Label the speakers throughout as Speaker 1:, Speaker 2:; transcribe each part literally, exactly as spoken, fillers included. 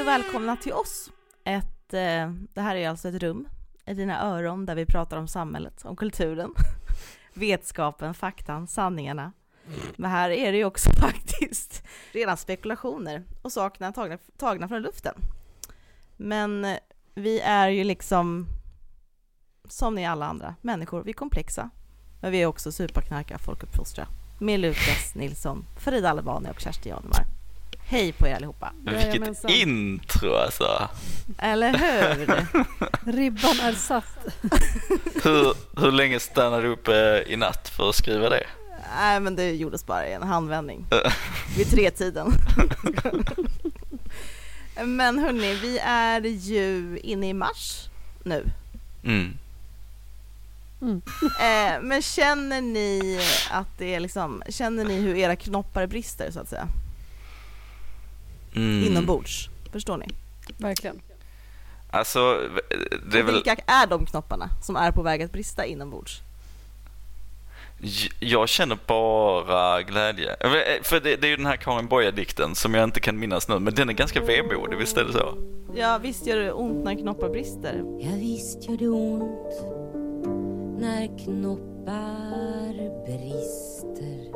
Speaker 1: och välkomna till oss. Ett, eh, det här är alltså ett rum i dina öron där vi pratar om samhället, om kulturen, vetskapen, faktan, sanningarna. Men här är det ju också faktiskt redan spekulationer och sakerna tagna, tagna från luften. Men eh, vi är ju liksom som ni alla andra människor, vi är komplexa. Men vi är också superknarka folkuppfostra. Med Lukas Nilsson, Farida Albani och Kerstin Janemar. Hej på er allihopa.
Speaker 2: Vilket intro alltså.
Speaker 1: Eller hur?
Speaker 3: Ribban är satt.
Speaker 2: hur, hur länge stannade du uppe i natt för att skriva det?
Speaker 1: Nej, men det gjordes bara i en handvändning. Vid tre tiden. Men hörni, vi är ju inne i mars nu.
Speaker 2: Mm.
Speaker 1: Mm. Eh, men känner ni att det är liksom, känner ni hur era knoppar brister så att säga? Mm. Inombords, förstår ni?
Speaker 3: Verkligen.
Speaker 2: Alltså, det är väl...
Speaker 1: Vilka är de knopparna som är på väg att brista inombords?
Speaker 2: Jag känner bara glädje. För det, det är ju den här Karin Boye-dikten som jag inte kan minnas nu, men den är ganska vemodig, visst är det så?
Speaker 1: Ja, visst gör det ont när knoppar brister.
Speaker 4: Ja, visst gör det ont när knoppar brister.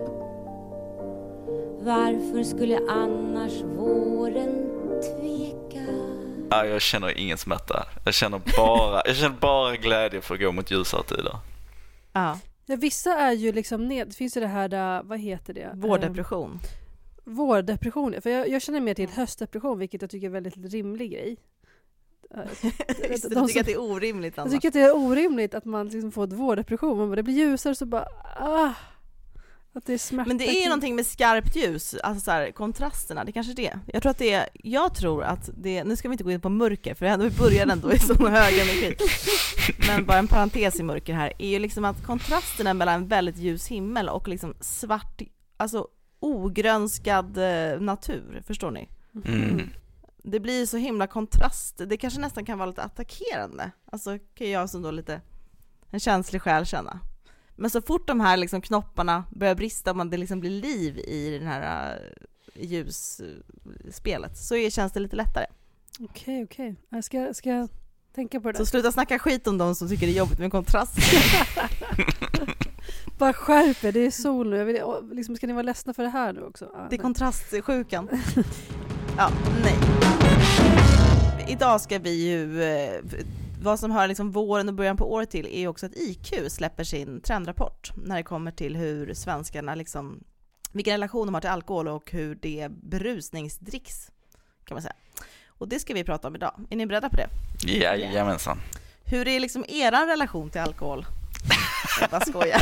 Speaker 4: Varför skulle annars våren tveka?
Speaker 2: Ja, jag känner ingen smärta. Jag känner bara, jag känner bara glädje för att gå mot ljusare tider.
Speaker 1: Ja.
Speaker 3: Ja, vissa är ju liksom ned. Det finns ju det här där, vad heter det?
Speaker 1: Vårdepression.
Speaker 3: Um, vårdepression. För jag, jag känner mer till höstdepression, vilket jag tycker är en väldigt rimlig grej.
Speaker 1: Just det, du tycker att det är orimligt annars.
Speaker 3: Jag tycker att det är orimligt att man liksom får ett vårdepression. Men det blir ljusare så bara... Ah, att det är smärta.
Speaker 1: Men det är ju någonting med skarpt ljus, alltså så här, kontrasterna, det kanske är det. Jag tror att det är, jag tror att det, nu ska vi inte gå in på mörker för vi börjar ändå i sån hög energi. Men bara en parentes i mörker här är ju liksom att kontrasterna mellan en väldigt ljus himmel och liksom svart, alltså ogrönskad natur, förstår ni?
Speaker 2: Mm.
Speaker 1: Det blir så himla kontrast, det kanske nästan kan vara lite attackerande. Alltså kan jag som då lite en känslig själ känna. Men så fort de här liksom knopparna börjar brista och det liksom blir liv i den här uh, ljusspelet så är, känns det lite lättare.
Speaker 3: Okej, okej. Jag ska, ska jag tänka på det.
Speaker 1: Så sluta snacka skit om de som tycker det är jobbigt med kontrast.
Speaker 3: Bara skärp er, det är sol nu. Jag vill, liksom, ska ni vara ledsna för det här nu också? Ah,
Speaker 1: det är kontrastsjukan. Ja, nej. Idag ska vi ju... Uh, vad som hör liksom våren och början på året till är också att I Q släpper sin trendrapport när det kommer till hur svenskarna liksom, vilken relation de har till alkohol och hur det berusningsdricks kan man säga. Och det ska vi prata om idag. Är ni beredda på det?
Speaker 2: Jajamensan.
Speaker 1: Hur är liksom eran relation till alkohol? Jag bara skojar.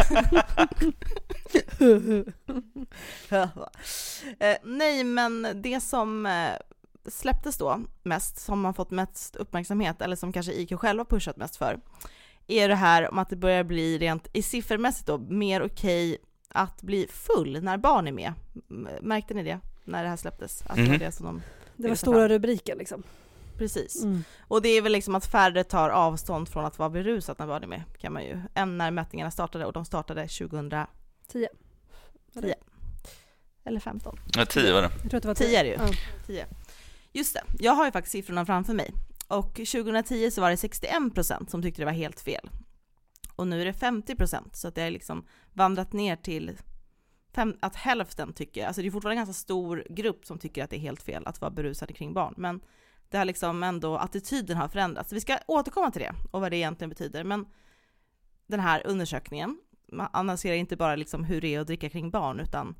Speaker 1: eh, nej, men det som... Eh, släpptes då mest, som har fått mest uppmärksamhet eller som kanske I Q själv har pushat mest för, är det här om att det börjar bli rent i siffermässigt då mer okej att bli full när barn är med. Märkte ni det när det här släpptes? Att
Speaker 2: mm.
Speaker 1: det var, det som de
Speaker 3: det var stora rubriker liksom.
Speaker 1: Precis.
Speaker 3: Mm.
Speaker 1: Och det är väl liksom att färre tar avstånd från att vara berusat när barn är med, kan man ju. Än när mätningarna startade, och de startade tjugohundratio. tio. Eller femton.
Speaker 2: Ja, tio var det.
Speaker 3: Jag tror att det var
Speaker 1: tio är det ju.
Speaker 3: Ja.
Speaker 1: tio. Just det, jag har ju faktiskt siffrorna framför mig. Och tjugohundratio så var det sextioen procent som tyckte det var helt fel. Och nu är det femtio procent, så att det är liksom vandrat ner till fem, att hälften tycker, alltså det är fortfarande en ganska stor grupp som tycker att det är helt fel att vara berusade kring barn. Men det har liksom ändå, attityden har förändrats. Vi ska återkomma till det och vad det egentligen betyder. Men den här undersökningen, man analyserar inte bara liksom hur det är att dricka kring barn, utan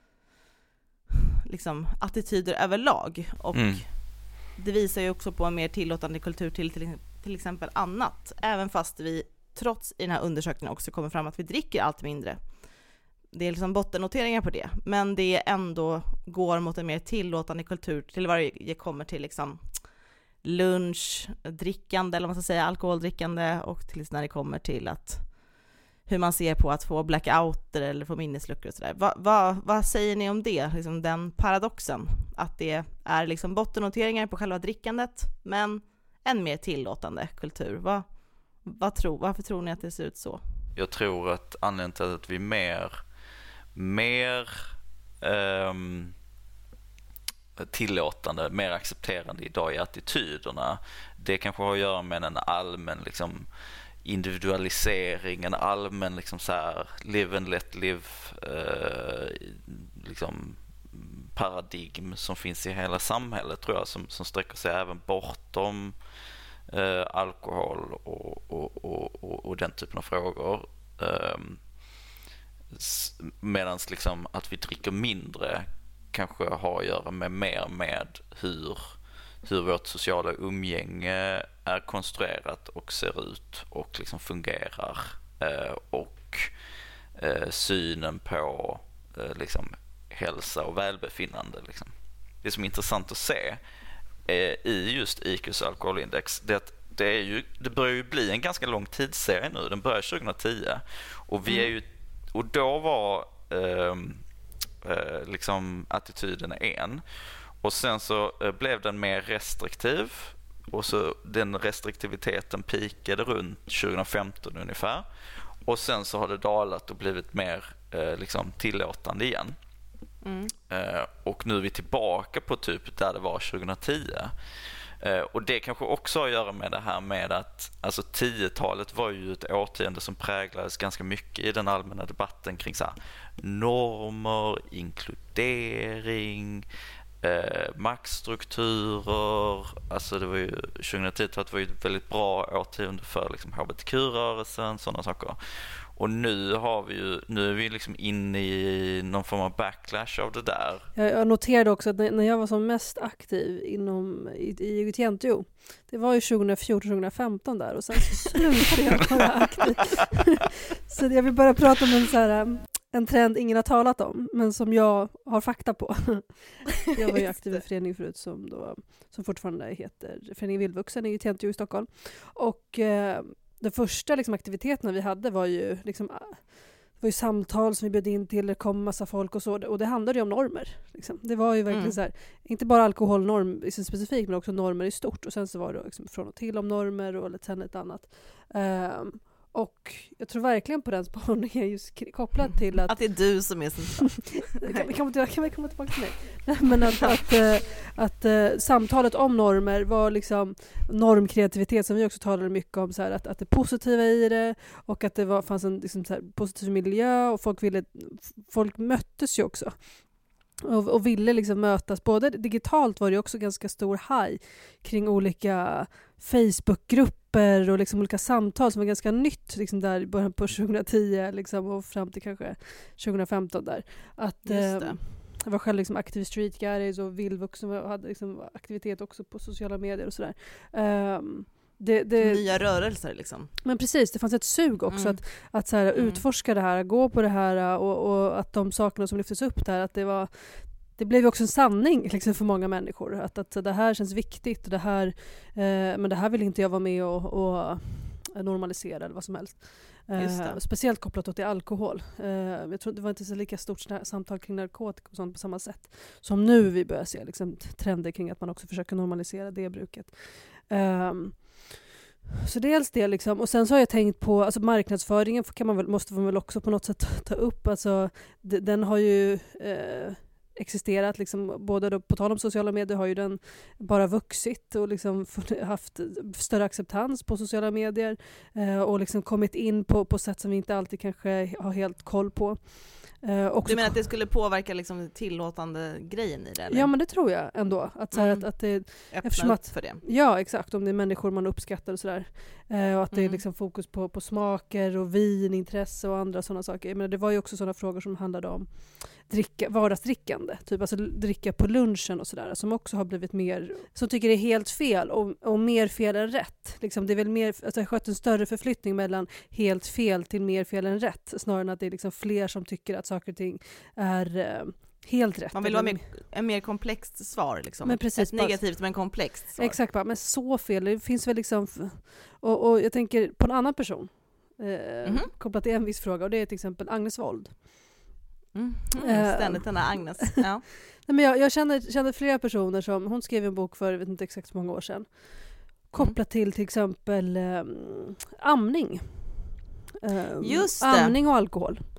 Speaker 1: liksom attityder överlag, och mm. det visar ju också på en mer tillåtande kultur till, till till exempel annat, även fast vi trots i den här undersökningen också kommer fram att vi dricker allt mindre. Det är liksom bottennoteringar på det, men det ändå går mot en mer tillåtande kultur till vad det kommer till liksom lunch, drickande eller vad man ska säga, alkoholdrickande, och till när det kommer till att hur man ser på att få blackouter eller få minnesluckor och sådär. Va, va, vad säger ni om det? Liksom den paradoxen. Att det är liksom bottennoteringar på själva drickandet, men en mer tillåtande kultur. Va, vad tror, varför tror ni att det ser ut så?
Speaker 2: Jag tror att anledningen till att vi mer, mer um, tillåtande, mer accepterande idag i attityderna. Det kanske har att göra med en allmän liksom, individualisering, en allmän liksom, så här, live and let live eh, liksom, paradigm som finns i hela samhället, tror jag, som, som sträcker sig även bortom eh, alkohol och, och, och, och, och den typen av frågor. Eh, Medan liksom, att vi dricker mindre kanske har att göra med mer med hur, hur vårt sociala umgänge är konstruerat och ser ut och liksom fungerar. Eh, och eh, synen på eh, liksom, hälsa och välbefinnande. Liksom. Det som är intressant att se eh, i just I Q:s alkoholindex, det är att det, är ju, det börjar ju bli en ganska lång tidsserie nu. Den börjar tjugohundratio och vi är ju, och då var eh, eh, liksom attityden en, och sen så eh, blev den mer restriktiv, och så den restriktiviteten pikade runt tjugohundrafemton ungefär, och sen så har det dalat och blivit mer eh, liksom tillåtande igen. Mm. Eh, och nu är vi tillbaka på typ där det var tjugohundratio. Eh, och det kanske också har att göra med det här med att alltså tiotalet var ju ett årtionde som präglades ganska mycket i den allmänna debatten kring så här, normer, inkludering, eh, maktstrukturer. Alltså det var ju tjugohundratio var ju ett väldigt bra årtionde för liksom H B T Q-rörelsen, sådana saker. Och nu har vi ju, nu är vi liksom inne i någon form av backlash av det där.
Speaker 3: Jag, jag noterade också att när jag var som mest aktiv inom i, i I G T N T O, det var ju tjugohundrafjorton tjugohundrafemton där, och sen så slutade jag vara aktiv. Så jag vill bara prata om en, så här, en trend ingen har talat om, men som jag har fakta på. Jag var ju aktiv i en förening förut som, då, som fortfarande heter Föreningen Vildvuxen i I G T N T O i Stockholm. Och eh, de första liksom, aktiviteterna vi hade var ju, liksom, var ju samtal som vi bjöd in till, det kom massa folk och så. Och det handlade ju om normer. Liksom. Det var ju verkligen mm. så här, inte bara alkoholnorm specifikt, men också normer i stort. Och sen så var det liksom, från och till om normer och sen ett annat. Um, och jag tror verkligen på den spaningen är just kopplat till att...
Speaker 1: Att det är du som är central.
Speaker 3: kan, vi komma till, kan vi komma tillbaka till mig? Men att, att, att, att, att samtalet om normer var liksom normkreativitet som vi också talade mycket om. Så här, att, att det positiva i det och att det var, fanns en liksom, så här, positiv miljö och folk, ville, folk möttes ju också. Och, och ville liksom mötas. Både digitalt var det också ganska stor haj kring olika Facebookgrupper och liksom olika samtal som var ganska nytt liksom där i början på tjugohundratio liksom, och fram till kanske tjugohundrafemton där. Att, eh, jag var själv liksom aktiv i Street Garage och Vildvuxen och hade liksom aktivitet också på sociala medier och sådär. Um, Det, det,
Speaker 1: nya rörelser liksom.
Speaker 3: Men precis, det fanns ett sug också mm. att, att så här, mm. utforska det här, gå på det här och, och att de sakerna som lyftes upp där, att det var, det blev också en sanning liksom, för många människor. Att, att det här känns viktigt och det här, eh, men det här vill inte jag vara med och, och normalisera eller vad som helst. Eh, speciellt kopplat till alkohol. Eh, jag tror det var inte så lika stort samtal kring narkotika och sånt på samma sätt som nu vi börjar se liksom, trender kring att man också försöker normalisera det bruket. Eh, Så dels det liksom, och sen så har jag tänkt på alltså marknadsföringen kan man väl, måste man väl också på något sätt ta upp, alltså d- den har ju eh, existerat liksom, både då, på tal om sociala medier har ju den bara vuxit och liksom haft större acceptans på sociala medier eh, och liksom kommit in på, på sätt som vi inte alltid kanske har helt koll på. Eh, också
Speaker 1: du menar att det skulle påverka liksom tillåtande grejen i det? Eller?
Speaker 3: Ja, men det tror jag ändå. Att, så här,
Speaker 1: mm.
Speaker 3: att, att det,
Speaker 1: öppna upp för det.
Speaker 3: Ja, exakt. Om det är människor man uppskattar och sådär. Eh, och att mm. det är liksom fokus på, på smaker och vin, intresse och andra sådana saker. Men det var ju också sådana frågor som handlade om dricka, vardagsdrickande. Typ alltså dricka på lunchen och sådär. Som också har blivit mer, som tycker det är helt fel och, och mer fel än rätt. Liksom, det är väl mer, alltså det har skett en större förflyttning mellan helt fel till mer fel än rätt. Snarare än att det är liksom fler som tycker att saker och ting är eh, helt rätt.
Speaker 1: Man vill ha mer, en mer komplext svar. Liksom.
Speaker 3: Men precis,
Speaker 1: ett negativt men komplext svar.
Speaker 3: Exakt, bara, men så fel. Det finns väl liksom... Och, och jag tänker på en annan person. Eh, mm-hmm. Kopplat till en viss fråga. Och det är till exempel Agnes Wold.
Speaker 1: Mm. Mm. Ständigt den här Agnes. Ja.
Speaker 3: Nej, men jag jag känner, känner flera personer som... Hon skrev en bok för, jag vet inte exakt så många år sedan. Kopplat mm. till till exempel eh, amning. Eh,
Speaker 1: Just det.
Speaker 3: Amning och alkohol.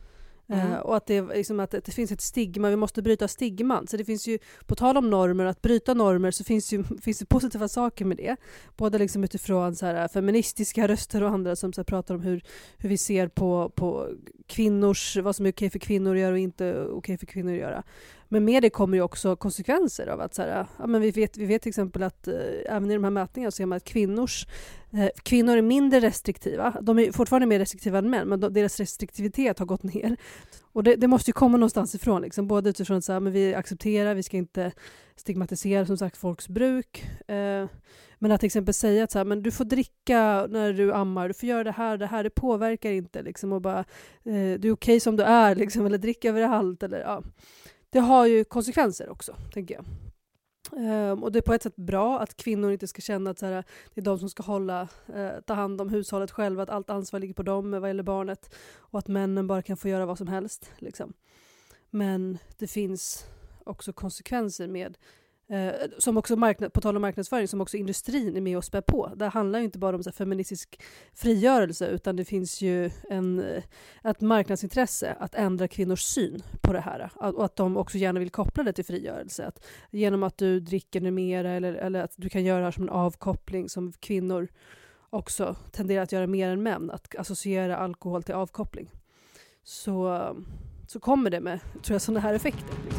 Speaker 3: Mm. Uh, och att det, liksom, att det finns ett stigma, vi måste bryta stigman. Så det finns ju, på tal om normer, att bryta normer, så finns ju finns det positiva saker med det. Både liksom utifrån så här, feministiska röster och andra som så här, pratar om hur, hur vi ser på, på kvinnors, vad som är okej för kvinnor att göra och inte okej för kvinnor att göra. Men med det kommer ju också konsekvenser av att så här, ja, men vi, vet, vi vet till exempel att eh, även i de här mätningarna så ser man att kvinnors, eh, kvinnor är mindre restriktiva. De är fortfarande mer restriktiva än män, men de, deras restriktivitet har gått ner. Och det, det måste ju komma någonstans ifrån. Liksom. Både utifrån att men vi accepterar, vi ska inte stigmatisera som sagt folks bruk. Eh, men att till exempel säga att så här, men du får dricka när du ammar, du får göra det här, det här, det påverkar inte. Liksom, och bara, eh, du är okej som du är, liksom, eller dricka överallt. Eller, ja. Det har ju konsekvenser också, tänker jag. Um, och det är på ett sätt bra att kvinnor inte ska känna att så här, det är de som ska hålla, uh, ta hand om hushållet själva, att allt ansvar ligger på dem vad gäller barnet och att männen bara kan få göra vad som helst. Liksom. Men det finns också konsekvenser med Eh, som också marknad, på tal om marknadsföring, som också industrin är med och spär på. Det handlar ju inte bara om så här, feministisk frigörelse, utan det finns ju en, ett marknadsintresse att ändra kvinnors syn på det här. Och att de också gärna vill koppla det till frigörelse. Att genom att du dricker mera eller, eller att du kan göra det här som en avkoppling som kvinnor också tenderar att göra mer än män. Att associera alkohol till avkoppling. Så, så kommer det med, tror jag, sådana här effekter. Liksom.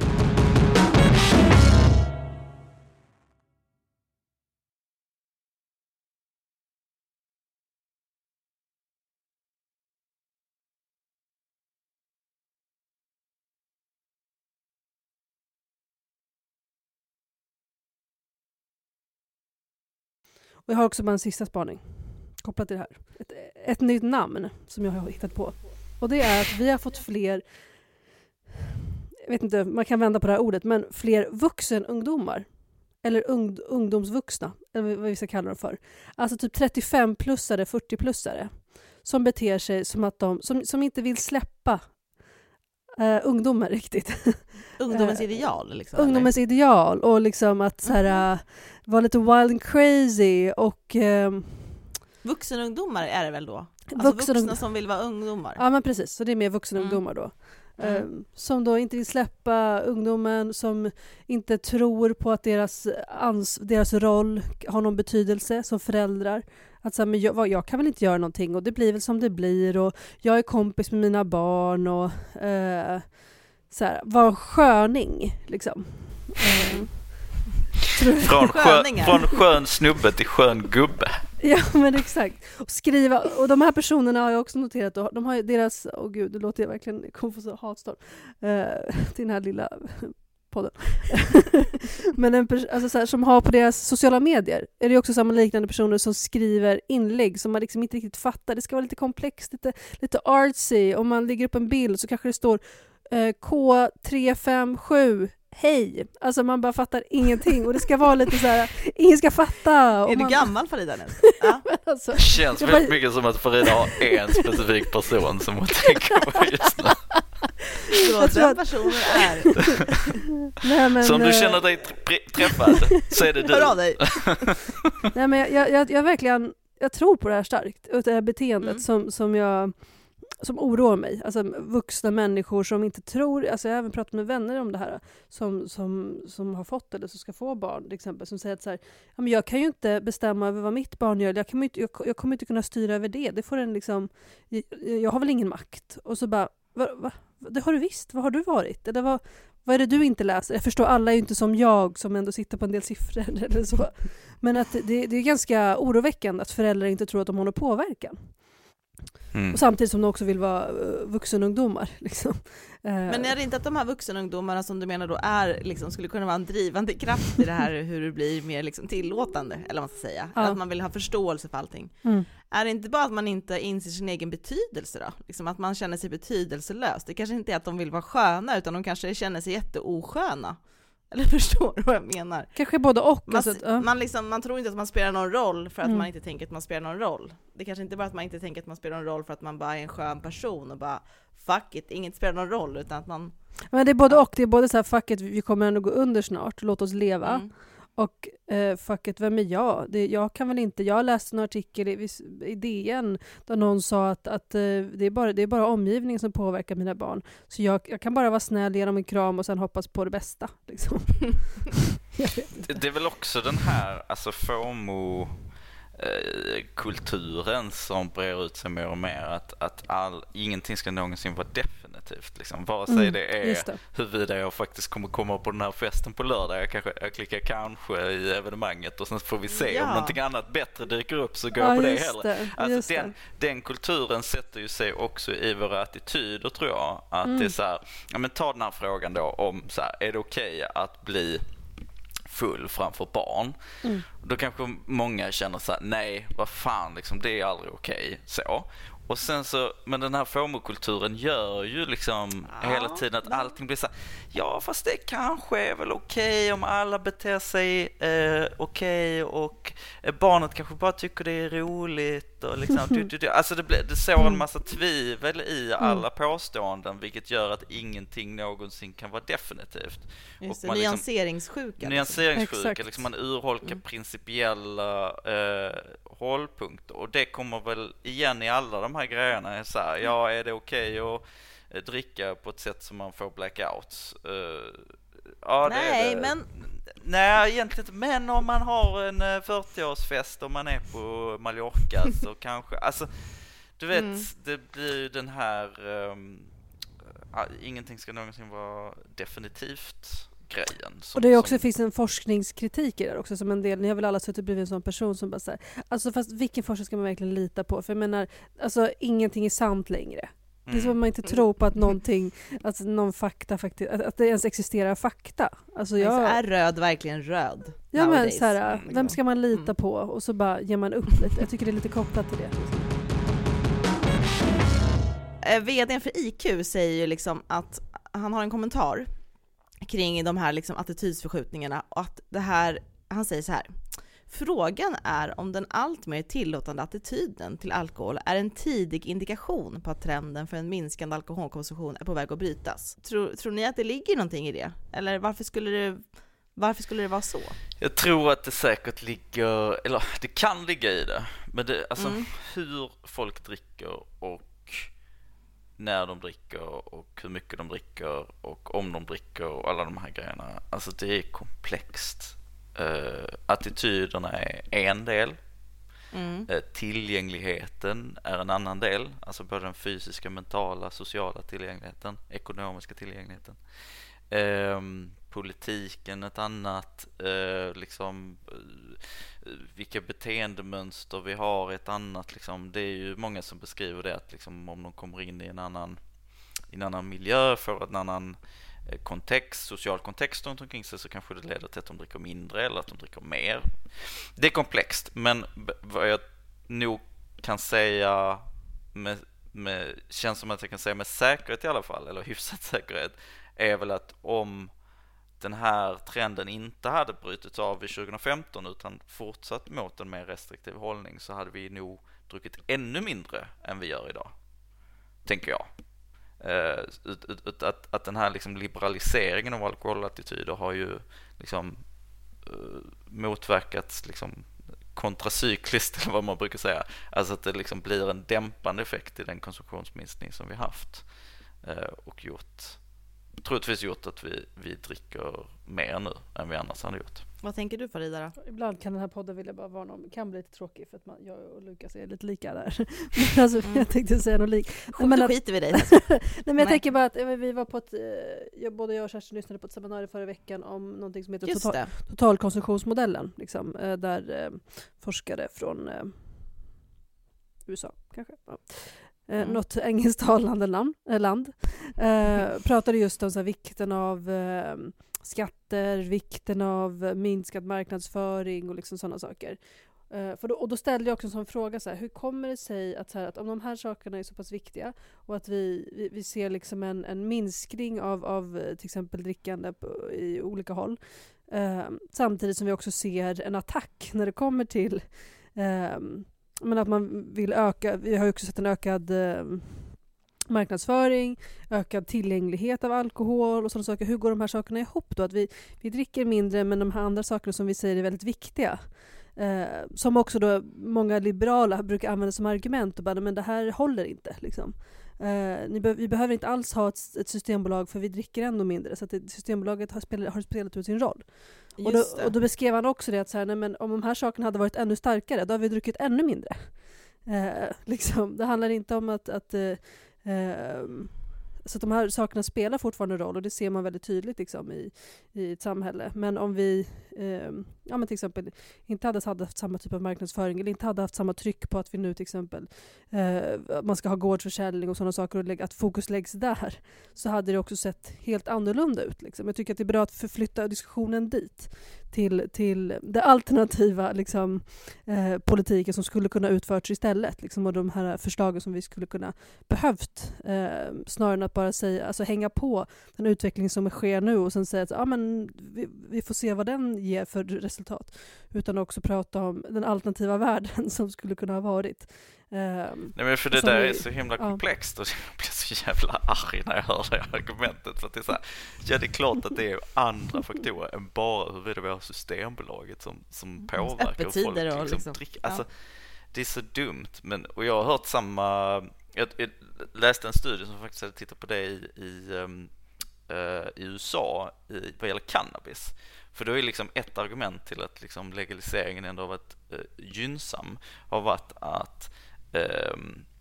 Speaker 3: Och jag har också bara en sista spaning kopplat till det här. Ett, ett nytt namn som jag har hittat på. Och det är att vi har fått fler, jag vet inte, man kan vända på det här ordet, men fler vuxenungdomar. Eller ung, ungdomsvuxna, eller vad vi ska kalla dem för. Alltså typ trettiofem-plussare, fyrtio-plussare. Som beter sig som att de, som, som inte vill släppa Uh, ungdomar riktigt.
Speaker 1: Ungdomens ideal liksom.
Speaker 3: Ungdomens eller? ideal och liksom att så här, uh, vara lite wild and crazy och um,
Speaker 1: vuxenungdomar är det väl då? Alltså vuxen vuxna som vill vara ungdomar.
Speaker 3: Ja men precis, så det är mer vuxenungdomar mm. då. Mm. Um, som då inte vill släppa ungdomen, som inte tror på att deras, ans- deras roll har någon betydelse som föräldrar. Att så här, men jag, jag kan väl inte göra någonting och det blir väl som det blir och jag är kompis med mina barn och eh, så här, var sköning liksom. Mm.
Speaker 2: Från, skö, från skön snubbe till skön gubbe.
Speaker 3: Ja men exakt. Och skriva, och de här personerna har jag också noterat, och de har ju deras, åh oh gud, det låter jag verkligen, jag kommer få så hatstorm eh, till den här lilla podden. Men en pers- alltså så här, som har på deras sociala medier är det också samma liknande personer som skriver inlägg som man liksom inte riktigt fattar. Det ska vara lite komplext, lite, lite artsy. Om man lägger upp en bild så kanske det står eh, K tre fem sju hej. Alltså man bara fattar ingenting och det ska vara lite så här, ingen ska fatta. Och
Speaker 1: är
Speaker 3: man...
Speaker 1: du gammal Farida nu? Ja.
Speaker 3: Alltså,
Speaker 2: det känns väldigt
Speaker 3: bara...
Speaker 2: mycket som att Farida har en specifik person som hon tänker på just nu.
Speaker 1: Så den att... personen är.
Speaker 3: Nej, men,
Speaker 2: så om du känner dig tr- träffad så är det du.
Speaker 1: Hör av dig.
Speaker 3: Nej, men jag, jag, jag verkligen jag tror på det här starkt. Det här beteendet mm. som, som jag som oroar mig. Alltså vuxna människor som inte tror, alltså jag har även pratat med vänner om det här som, som, som har fått eller som ska få barn till exempel, som säger att så här, ja, men jag kan ju inte bestämma över vad mitt barn gör, jag, kan inte, jag, jag kommer inte kunna styra över det, det får en liksom, jag, jag har väl ingen makt. Och så bara, va, va? Det har du visst, vad har du varit? Eller vad, vad är det du inte läser? Jag förstår, alla är ju inte som jag som ändå sitter på en del siffror eller så. Men att det, det är ganska oroväckande att föräldrar inte tror att de har någon påverkan. Mm. Och samtidigt som de också vill vara uh, vuxenungdomar. Liksom. Uh,
Speaker 1: Men är det inte att de här vuxenungdomarna som du menar då är, liksom, skulle kunna vara en drivande kraft i det här hur det blir mer liksom, tillåtande, eller vad man ska säga? Ja. Att man vill ha förståelse för allting. Mm. Är det inte bara att man inte inser sin egen betydelse då? Liksom att man känner sig betydelselös. Det kanske inte är att de vill vara sköna, utan de kanske känner sig jätteosköna. Eller förstår du vad jag menar?
Speaker 3: Kanske både och.
Speaker 1: Man,
Speaker 3: alltså, uh.
Speaker 1: man, liksom, man tror inte att man spelar någon roll för att
Speaker 3: mm.
Speaker 1: man inte tänker att man spelar någon roll. Det kanske inte bara att man inte tänker att man spelar någon roll för att man bara är en skön person och bara fuck it, inget spelar någon roll, utan att man...
Speaker 3: Men det är både och. Det är både så här fuck it, vi kommer ändå gå under snart, låt oss leva. Mm. Och eh, fuck it, vem är jag? Det, jag kan väl inte, jag läste en artikel i, i D N där någon sa att, att eh, det, är bara, det är bara omgivningen som påverkar mina barn. Så jag, jag kan bara vara snäll, ge dem en kram och sen hoppas på det bästa. Liksom.
Speaker 2: det, det är väl också den här alltså FOMO kulturen som brer ut sig mer och mer att, att all, ingenting ska någonsin vara definitivt liksom. Vare sig mm, det är det. huruvida jag faktiskt kommer komma på den här festen på lördag, jag, kanske, jag klickar kanske i evenemanget och sen får vi se ja. om någonting annat bättre dyker upp så går
Speaker 3: ja,
Speaker 2: jag på det hellre.
Speaker 3: Det,
Speaker 2: alltså den, den kulturen sätter ju sig också i våra attityder tror jag, att mm. det är så här, ja men ta den här frågan då om så här, är det okej okay att bli full framför barn. Mm. Då kanske många känner så här, nej, vad fan, liksom, det är aldrig okej. Okay. Så. Och sen så, men den här FOMO-kulturen gör ju liksom ja, hela tiden att men... allting blir så här, ja fast det kanske är väl okej okay om alla beter sig eh, okej okay och eh, barnet kanske bara tycker det är roligt och liksom, du, du, du. Alltså det, blir, det sår en massa tvivel i alla påståenden vilket gör att ingenting någonsin kan vara definitivt.
Speaker 1: Just det, och man nyanseringssjuka.
Speaker 2: Liksom, nyanseringssjuka, liksom man urholkar mm. principiella eh, hållpunkter och det kommer väl igen i alla de här grejerna så här, ja är det okej okay att dricka på ett sätt som man får blackouts? Uh, ja,
Speaker 1: nej,
Speaker 2: det är det.
Speaker 1: men
Speaker 2: nej, egentligen inte, men om man har en fyrtioårsfest och man är på Mallorca så kanske, alltså du vet, mm. det blir ju den här um, uh, ingenting ska någonsin vara definitivt grejen. Som,
Speaker 3: och det är också
Speaker 2: som...
Speaker 3: finns en forskningskritik i det också som en del, ni har väl alla suttit bredvid en sån person som bara säger, alltså fast vilken forskning ska man verkligen lita på? För jag menar, alltså ingenting är sant längre. Mm. Det är som att man inte tror på att någonting, att någon fakta faktiskt, att, att det ens existerar fakta. Alltså jag...
Speaker 1: alltså är röd verkligen röd?
Speaker 3: Ja men så här, vem ska man lita mm. på? Och så bara ger man upp lite. Jag tycker det är lite kopplat till det.
Speaker 1: Vdn för I Q säger ju liksom att han har en kommentar kring de här liksom attitydsförskjutningarna och att det här, han säger så här: frågan är om den allt mer tillåtande attityden till alkohol är en tidig indikation på att trenden för en minskande alkoholkonsumtion är på väg att brytas. Tror, tror ni att det ligger någonting i det? Eller varför skulle det, varför skulle det vara så?
Speaker 2: Jag tror att det säkert ligger, eller det kan ligga i det, men det, alltså mm. hur folk dricker och när de dricker och hur mycket de dricker och om de dricker och alla de här grejerna. Alltså det är komplext. Uh, attityderna är en del. Mm. Uh, tillgängligheten är en annan del. Alltså både den fysiska, mentala, sociala tillgängligheten, ekonomiska tillgängligheten. Uh, politiken ett annat. Uh, liksom uh, vilka beteendemönster vi har ett annat. Liksom. Det är ju många som beskriver det att liksom, om de kommer in i en annan, i en annan miljö, får en annan kontext, social kontext runt omkring sig, så kanske det leder till att de dricker mindre eller att de dricker mer. Det är komplext, men vad jag nog kan säga med, med, känns som att jag kan säga med säkerhet i alla fall, eller hyfsat säkerhet, är väl att om den här trenden inte hade brutits av i tjugo femton utan fortsatt mot en mer restriktiv hållning, så hade vi nog druckit ännu mindre än vi gör idag, tänker jag. Uh, att, att, att den här liksom liberaliseringen av alkoholattityder har ju liksom uh, motverkats liksom kontracykliskt, eller vad man brukar säga. Alltså att det liksom blir en dämpande effekt i den konsumtionsminskning som vi haft uh, och gjort, troligtvis gjort att vi, vi dricker mer nu än vi annars hade gjort.
Speaker 1: Vad tänker du, Farida då?
Speaker 3: Ibland kan den här podden vilja bara vara någon, kan bli lite tråkig för att man, jag och Lukas är lite lika där. Men alltså, mm. jag tänkte säga något lik.
Speaker 1: Men att, skiter vi dig.
Speaker 3: Nej, men jag tänker bara att vi var på ett, jag, både jag och Kerstin lyssnade på ett seminarium förra veckan om någonting som heter total, totalkonsumtionsmodellen. Liksom, där eh, forskare från eh, U S A kanske, ja. Mm. Något engelsktalande land, äh, land eh, pratade just om så här, vikten av eh, skatter, vikten av minskad marknadsföring och liksom sådana saker. Eh, för då, och då ställde jag också en sån fråga, så här, hur kommer det sig att, så här, att om de här sakerna är så pass viktiga och att vi, vi, vi ser liksom en, en minskning av, av till exempel drickande på, i olika håll, eh, samtidigt som vi också ser en attack när det kommer till eh, men att man vill öka, vi har ju också sett en ökad eh, marknadsföring, ökad tillgänglighet av alkohol och sådana saker. Hur går de här sakerna ihop då? Att vi, vi dricker mindre, men de här andra sakerna som vi säger är väldigt viktiga. Eh, som också då många liberala brukar använda som argument och bara, men det här håller inte liksom. Eh, ni be- vi behöver inte alls ha ett, ett systembolag för vi dricker ändå mindre, så att det, Systembolaget har spelat, har spelat ut sin roll. Och då, och då beskrev han också det att så här, nej, men om de här sakerna hade varit ännu starkare, då har vi druckit ännu mindre. Eh, liksom, det handlar inte om att, att eh, eh, så att de här sakerna spelar fortfarande roll, och det ser man väldigt tydligt liksom, i, i ett samhälle. Men om vi eh, ja, men till exempel inte hade haft samma typ av marknadsföring, eller inte hade haft samma tryck på att vi nu till exempel eh, man ska ha gårdsförsäljning och sådana saker, och lägga, att fokus läggs där, så hade det också sett helt annorlunda ut. Liksom. Jag tycker att det är bra att förflytta diskussionen dit, till, till det alternativa liksom, eh, politiken som skulle kunna utföras istället. Liksom, och de här förslagen som vi skulle kunna behövt, eh, snarare än att bara säga, alltså, hänga på den utveckling som sker nu och sen säga att ah, men, vi, vi får se vad den ger för resultat. Utan också prata om den alternativa världen som skulle kunna ha varit. Um,
Speaker 2: Nej, men för det
Speaker 3: där
Speaker 2: vi,
Speaker 3: är
Speaker 2: så himla
Speaker 3: ja.
Speaker 2: komplext, och jag blir så jävla arg när jag hör det argumentet, för att det är så här, ja, det är klart att det är andra faktorer än bara huruvida vi har Systembolaget som, som påverkar hur folk liksom, liksom. dricker. Alltså, ja. Det är så dumt, men, och jag har hört samma, jag, jag läste en studie som faktiskt hade tittat på det i, i, um, uh, i U S A i, vad gäller cannabis. För då är liksom ett argument till att liksom legaliseringen ändå har varit uh, gynnsam har varit att uh,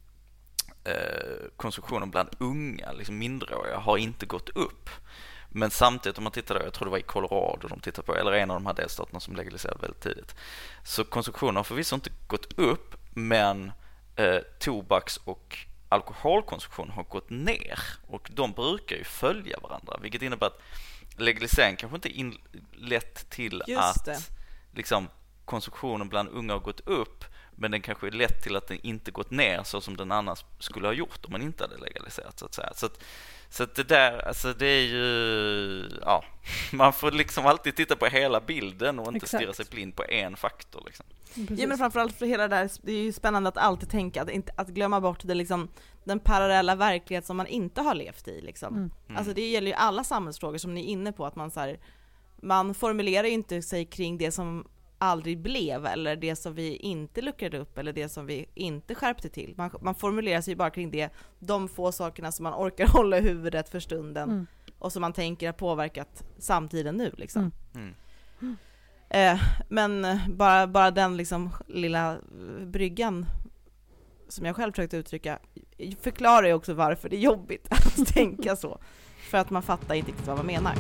Speaker 2: uh, konsumtionen bland unga, liksom minderåriga, har inte gått upp. Men samtidigt, om man tittar då, jag tror det var i Colorado de tittade på, eller en av de här delstaterna som legaliserade väldigt tidigt, så konsumtionen har förvisso inte gått upp, men uh, tobaks- och alkoholkonsumtion har gått ner, och de brukar ju följa varandra, vilket innebär att legalisering kanske inte in, lett till
Speaker 1: Just
Speaker 2: att
Speaker 1: det.
Speaker 2: liksom, konsumtionen bland unga har gått upp, men den kanske är lett till att den inte gått ner så som den annars skulle ha gjort om man inte hade legaliserat, så att säga. Så att, så att det där, alltså det är ju, ja, man får liksom alltid titta på hela bilden och inte
Speaker 3: Exakt.
Speaker 2: stirra sig blind på en faktor liksom.
Speaker 3: Precis.
Speaker 1: Ja, men framförallt för hela det där, det är ju spännande att alltid tänka, att, inte, att glömma bort det, liksom, den parallella verklighet som man inte har levt i. Liksom.
Speaker 3: Mm.
Speaker 1: Alltså det gäller ju alla samhällsfrågor som ni är inne på, att man, så här, man formulerar ju inte sig kring det som aldrig blev, eller det som vi inte luckrade upp, eller det som vi inte skärpte till. Man, man formulerar sig ju bara kring det, de få sakerna som man orkar hålla i huvudet för stunden, mm. och som man tänker har påverkat samtiden nu. Liksom.
Speaker 2: Mm.
Speaker 1: Mm. Eh, men bara, bara den liksom lilla bryggan som jag själv försökte uttrycka förklarar ju också varför det är jobbigt att tänka så. För att man fattar inte riktigt vad man menar.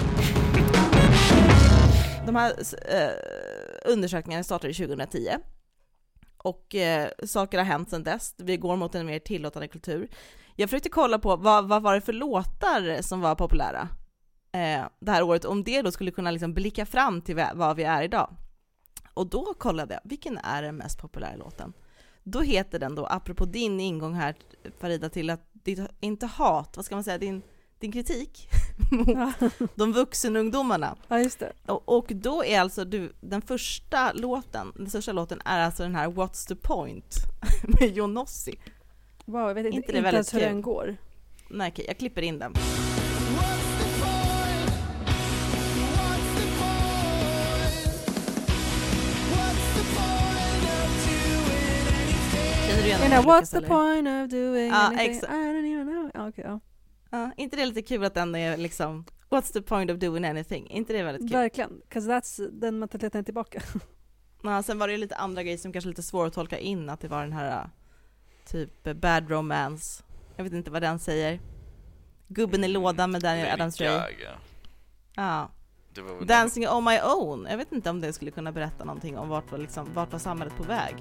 Speaker 1: De här eh, undersökningarna startade tjugohundratio. Och eh, saker har hänt sedan dess. Vi går mot en mer tillåtande kultur. Jag försökte kolla på vad, vad var det för låtar som var populära eh, det här året. Om det då skulle kunna liksom blicka fram till vad vi är idag. Och då kollade jag, vilken är den mest populära låten? Då heter den då, apropå din ingång här, Farida, till att det inte hat, vad ska man säga, din, din kritik mot de vuxenungdomarna.
Speaker 3: Ja, just det.
Speaker 1: Och, och då är alltså du, den första låten, den största låten är alltså den här What's the point med Jonossi.
Speaker 3: Wow, jag vet inte,
Speaker 1: inte, det
Speaker 3: inte
Speaker 1: väldigt
Speaker 3: ens hur
Speaker 1: kul?
Speaker 3: den går.
Speaker 1: Nej, okej, jag klipper in den. Känner du igen den här,
Speaker 3: What's
Speaker 1: Lucas,
Speaker 3: the
Speaker 1: eller?
Speaker 3: point of doing
Speaker 1: Ja,
Speaker 3: anything?
Speaker 1: exakt.
Speaker 3: I don't even know. Ja, okej, ja.
Speaker 1: Ja, inte det är lite kul att den är liksom What's the point of doing anything? Inte det är väldigt kul?
Speaker 3: Verkligen, 'cause that's den mentaliteten är tillbaka.
Speaker 1: Ja, sen var det ju lite andra grejer som kanske är lite svåra att tolka in, att det var den här typ bad romance. Jag vet inte vad den säger. Gubben i lådan med Daniel Adams-Ray. Ja. Dancing on my own. Jag vet inte om det skulle kunna berätta någonting om vart var, liksom, vart var samhället på väg.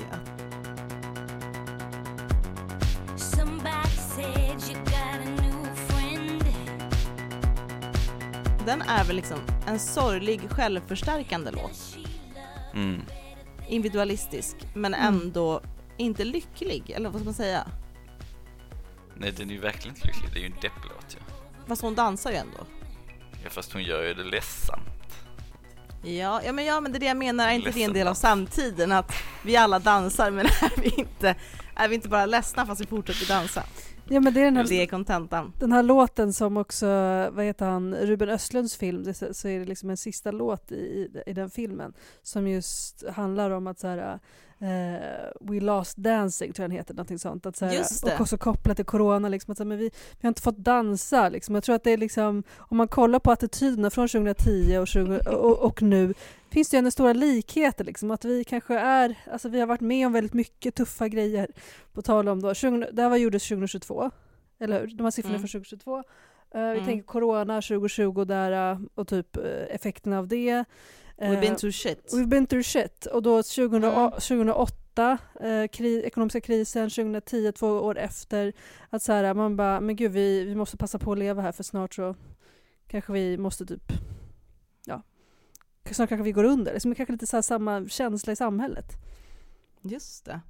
Speaker 1: Den är väl liksom en sorglig, självförstärkande låt.
Speaker 2: Mm.
Speaker 1: Individualistisk, men ändå mm. inte lycklig, eller vad ska man säga?
Speaker 2: Nej, den är ju verkligen inte lycklig. Det är ju en depplåt, ja.
Speaker 1: Fast hon dansar ju ändå.
Speaker 2: Ja, fast hon gör ju det ledsamt.
Speaker 1: Ja, ja, men, ja, men det är det jag menar, är inte det en del av samtiden, att vi alla dansar, men är vi inte, är vi inte bara ledsna fast vi fortsätter dansa?
Speaker 3: Ja, men det är den här,
Speaker 1: det är kontentan.
Speaker 3: Den här låten som också, vad heter han, Ruben Östlunds film, det, så är det liksom en sista låt i, i, i den filmen som just handlar om att så här, uh, We Lost Dancing, tror jag den heter, någonting sånt. Att så här,
Speaker 1: Just det.
Speaker 3: Och också kopplat till corona, liksom, att så här, men vi, vi har inte fått dansa. Liksom. Jag tror att det är liksom, om man kollar på attityderna från tjugohundratio och, tjugo, och, och nu, finns det ju en stora likheter, liksom, att vi kanske är, alltså vi har varit med om väldigt mycket tuffa grejer, på tal om då, tjugo, det här var gjordes tjugohundratjugotvå, eller hur? De här siffrorna
Speaker 1: Mm.
Speaker 3: från tjugohundratjugotvå. Uh, vi
Speaker 1: Mm.
Speaker 3: tänker corona tjugohundratjugo där, uh, och typ uh, effekterna av det.
Speaker 1: We've been
Speaker 3: Uh,
Speaker 1: through shit.
Speaker 3: We've been through shit. Och då tjugohundra,
Speaker 1: Mm.
Speaker 3: tjugohundraåtta, uh, kri, ekonomiska krisen, tjugohundratio, två år efter, att så här, man bara, men gud, vi, vi måste passa på att leva här, för snart så kanske vi måste typ, ja, snart kanske vi går under. Liksom, kanske lite så här samma känsla i samhället.
Speaker 1: Just det.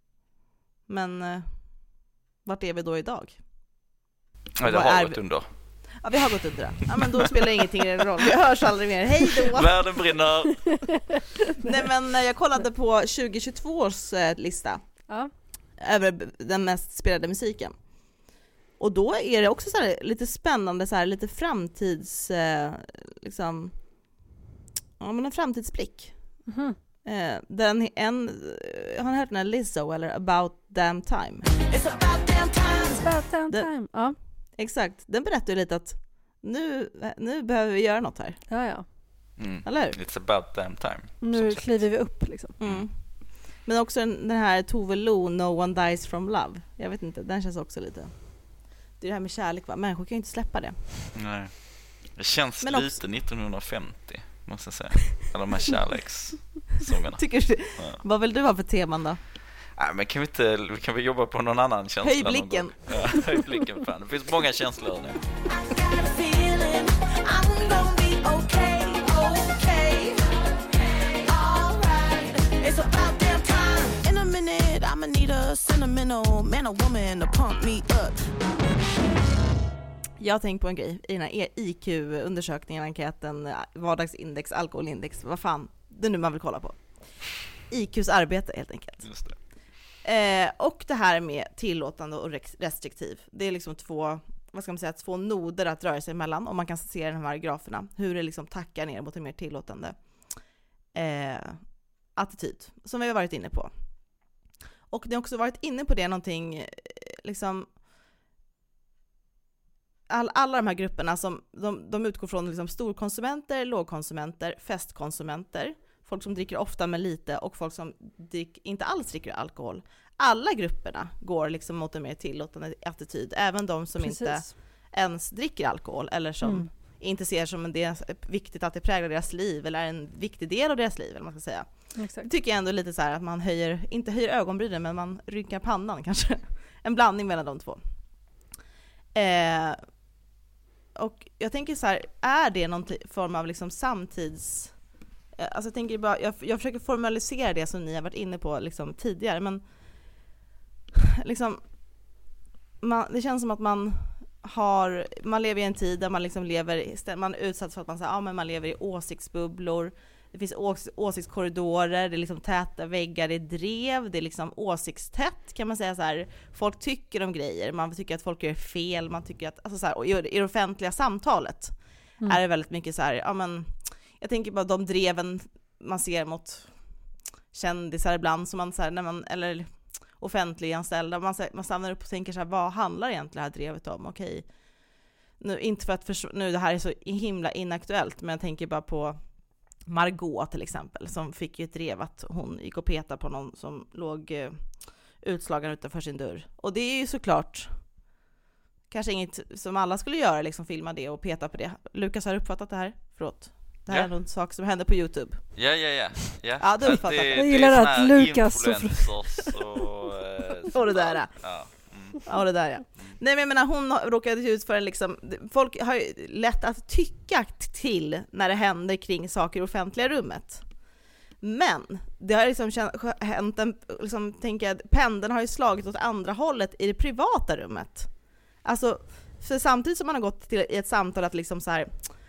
Speaker 1: Men uh, vart är vi då idag?
Speaker 2: Nej, det
Speaker 1: Vad
Speaker 2: har
Speaker 1: är
Speaker 2: gått
Speaker 1: vi?
Speaker 2: under.
Speaker 1: Ja, vi har gått under det. Ja, men då spelar ingenting roll. Vi hörs aldrig mer. Hej då!
Speaker 2: Världen brinner!
Speaker 1: Nej, men jag kollade på tjugohundratjugotvå års eh, lista
Speaker 3: Ja.
Speaker 1: över den mest spelade musiken. Och då är det också så här lite spännande, så här lite framtids eh, liksom, ja, men en framtidsblick.
Speaker 3: Mhm.
Speaker 1: Eh, den en, har ni hört den här Lizzo eller About Damn Time? It's about damn time.
Speaker 3: About damn
Speaker 1: Det-
Speaker 3: time. Ja.
Speaker 1: Exakt, den berättar ju lite att nu, nu behöver vi göra något här,
Speaker 3: Ja, ja.
Speaker 2: Mm.
Speaker 1: eller hur?
Speaker 2: It's about damn time.
Speaker 3: Nu
Speaker 2: Som sagt.
Speaker 3: kliver vi upp liksom.
Speaker 1: Mm. Men också den, den här Tove Lo, No One Dies From Love. Jag vet inte, den känns också lite... Det är det här med kärlek, va? Människor kan ju inte släppa det.
Speaker 2: Nej. Det känns
Speaker 1: Men
Speaker 2: lite
Speaker 1: också-
Speaker 2: nittonhundrafemtio, måste jag säga. Alla de här kärlekssångerna.
Speaker 1: Tycker du?
Speaker 2: Ja.
Speaker 1: Vad vill du ha för teman då?
Speaker 2: Nej, men kan vi inte, vi kan väl jobba på någon annan känsla?
Speaker 1: Höj
Speaker 2: någon
Speaker 1: blicken.
Speaker 2: gång? Ja, höj blicken, fan. Det finns många känslor nu.
Speaker 1: Jag har tänkt på en grej i den här I Q-undersökningen, enkäten, vardagsindex, alkoholindex, vad fan det är nu man vill kolla på. I Qs arbete helt enkelt.
Speaker 2: Just det.
Speaker 1: Eh, och det här med tillåtande och rex- restriktiv. Det är liksom två, vad ska man säga, två noder att röra sig mellan. Och man kan se i de här graferna hur det liksom tackar ner mot en mer tillåtande eh, attityd, som vi har varit inne på. Och ni har också varit inne på det någonting, eh, liksom all, alla de här grupperna som de, de utgår från liksom storkonsumenter, lågkonsumenter, festkonsumenter, folk som dricker ofta men lite och folk som drick, inte alls dricker alkohol. Alla grupperna går liksom mot en mer tillåtande attityd, även de som
Speaker 3: Precis.
Speaker 1: inte ens dricker alkohol eller som
Speaker 3: Mm.
Speaker 1: inte ser som en del, viktigt att det präglar deras liv eller är en viktig del av deras liv, eller man ska säga.
Speaker 3: Exakt.
Speaker 1: Det tycker jag ändå lite så här att man höjer, inte höjer ögonbrynen, men man rynkar pannan kanske. En blandning mellan de två. Eh, och jag tänker så här, är det någon t- form av liksom samtids... eh, Alltså jag tänker bara, jag, jag försöker formalisera det som ni har varit inne på liksom tidigare, men liksom man, det känns som att man har, man lever i en tid där man liksom lever, man är utsatt för att man säger, ja men man lever i åsiktsbubblor. Det finns ås- åsiktskorridorer, det är liksom täta väggar, det är drev, det är liksom åsiktstätt kan man säga så här. Folk tycker om grejer, man tycker att folk gör fel, man tycker att, alltså så här, och i det offentliga samtalet
Speaker 3: Mm.
Speaker 1: är det väldigt mycket så här, ja men jag tänker bara de dreven man ser mot kändisar ibland som man så här, när man, eller offentliganställda, man, man stannar upp och tänker så här, vad handlar egentligen det här drevet om? Okej, nu, inte för att förs- nu det här är så himla inaktuellt, men jag tänker bara på Margot till exempel, som fick ju ett drev att hon gick och petade på någon som låg eh, utslagen utanför sin dörr. Och det är ju såklart kanske inget som alla skulle göra, liksom filma det och peta på det. Lukas har uppfattat det här? Förlåt. Det här
Speaker 2: Ja.
Speaker 1: är en sak som händer på YouTube.
Speaker 2: Ja, ja, ja. ja.
Speaker 1: Ja, du
Speaker 2: Att
Speaker 1: uppfattar det.
Speaker 2: det,
Speaker 3: Jag
Speaker 2: det
Speaker 3: gillar
Speaker 2: är
Speaker 3: att
Speaker 2: såna här
Speaker 3: Lukas och-
Speaker 2: influencers och... eh,
Speaker 1: Och det där, ja.
Speaker 2: Ja. Mm.
Speaker 1: Ja, det där ja. Nej, men jag menar, hon har- råkade ut för en liksom, folk har ju lätt att tycka till när det händer kring saker i offentliga rummet. Men det har liksom kän- hänt en, liksom, tänker jag, pendeln har ju slagit åt andra hållet i det privata rummet. Alltså, för samtidigt som man har gått till i ett samtal att liksom så här,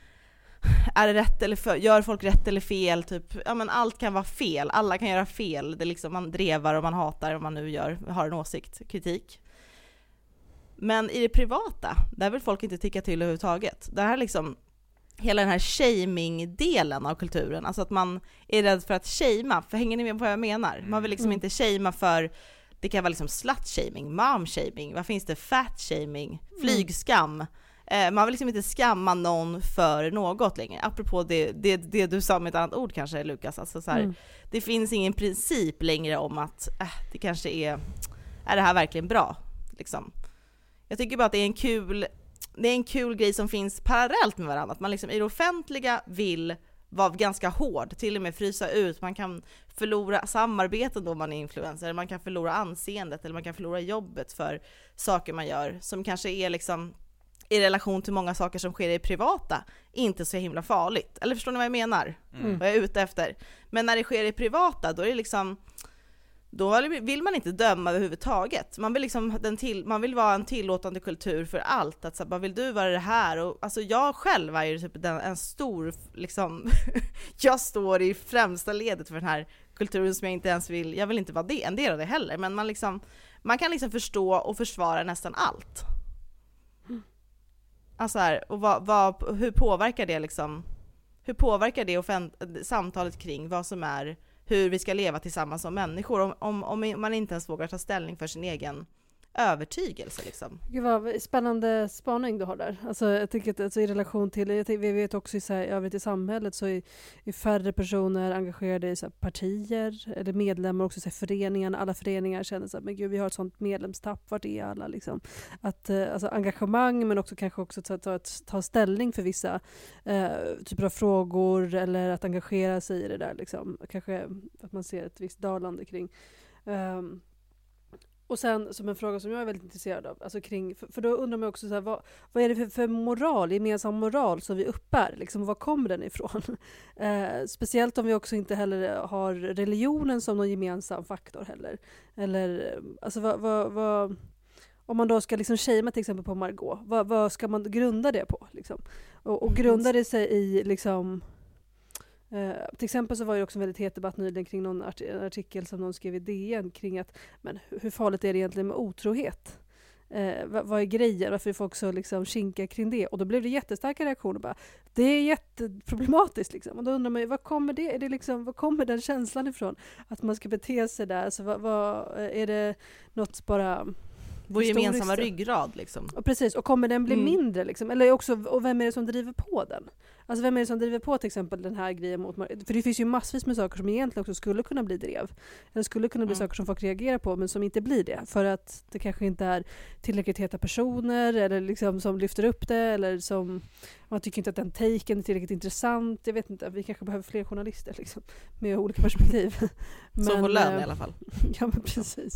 Speaker 1: är det rätt eller för, gör folk rätt eller fel, typ, ja men allt kan vara fel, alla kan göra fel, det är liksom, man drevar och man hatar och man nu gör, har en åsikt, kritik. Men i det privata, där vill folk inte tycka till överhuvudtaget. Det här liksom, hela den här shaming-delen av kulturen, alltså att man är rädd för att shamea, för hänger ni med på vad jag menar? Man vill liksom mm. inte shamea för, det kan vara liksom slut-shaming, mom-shaming, vad finns det? Fat-shaming, flygskam. Mm. Eh, man vill liksom inte skamma någon för något längre. Apropå det, det, det du sa med ett annat ord kanske, Lukas. Alltså så här, mm. det finns ingen princip längre om att äh, det kanske är, är det här verkligen bra? Liksom. Jag tycker bara att det är en kul, det är en kul grej som finns parallellt med varandra. Att man liksom i det offentliga vill vara ganska hård, till och med frysa ut. Man kan förlora samarbeten då man är influencer, man kan förlora anseendet eller man kan förlora jobbet för saker man gör som kanske är liksom i relation till många saker som sker i privata inte så himla farligt. Eller förstår ni vad jag menar? Mm. Vad jag är ute efter. Men när det sker i privata, då är det liksom, då vill man inte döma överhuvudtaget. Man vill liksom den till, man vill vara en tillåtande kultur för allt. Att så, bara, vill du vara det här? Och, alltså jag själv är ju typ den, en stor liksom jag står i främsta ledet för den här kulturen som jag inte ens vill, jag vill inte vara det, en del av det heller. Men man liksom, man kan liksom förstå och försvara nästan allt. Alltså här, och vad, vad, hur påverkar det liksom, hur påverkar det offent- samtalet kring vad som är, hur vi ska leva tillsammans som människor om, om, om man inte ens vågar ta ställning för sin egen övertygelse liksom.
Speaker 3: Gud vad spännande spaning du har där. Alltså jag tycker att alltså, i relation till, jag tycker, vi vet också i så här, övrigt i samhället så är, är färre personer engagerade i så här, partier eller medlemmar också i så här, föreningar. Alla föreningar känner så här, men gud vi har ett sånt medlemstapp, vart är alla liksom? Att alltså engagemang men också kanske också ta, ta, ta ställning för vissa eh, typer av frågor eller att engagera sig i det där liksom. Kanske att man ser ett visst dalande kring um, och sen som en fråga som jag är väldigt intresserad av, alltså kring, för, för då undrar man också så här, vad, vad är det för, för moral, gemensam moral som vi uppbär, liksom, var kommer den ifrån? Eh, speciellt om vi också inte heller har religionen som någon gemensam faktor heller. Eller, alltså vad, vad, vad om man då ska liksom shamea till exempel på Margot, vad, vad ska man grunda det på? Liksom? Och, och grundar det sig i liksom Uh, till exempel så var det också en väldigt het debatt nyligen kring någon art- en artikel som någon skrev i D N kring att men hur farligt är det egentligen med otrohet? Uh, vad, vad är grejen? Varför är folk så liksom kinka kring det? Och då blev det jättestarka reaktioner bara, det är jätteproblematiskt liksom. Och då undrar man ju, vad kommer det? Är det liksom, vad kommer den känslan ifrån? Att man ska bete sig där? Alltså, vad, vad, är det något bara
Speaker 1: vår gemensamma ryggrad liksom.
Speaker 3: Och precis, och kommer den bli mm. mindre liksom? Eller också, och vem är det som driver på den? Alltså vem är det som driver på till exempel den här grejen mot, för det finns ju massvis med saker som egentligen också skulle kunna bli drev. Eller skulle kunna bli mm. saker som folk reagerar på men som inte blir det. För att det kanske inte är tillräckligt heta personer eller liksom som lyfter upp det eller som man tycker inte att den taken är tillräckligt intressant. Jag vet inte, vi kanske behöver fler journalister liksom, med olika perspektiv.
Speaker 1: Men, som får lön äh, i alla fall.
Speaker 3: Ja men precis.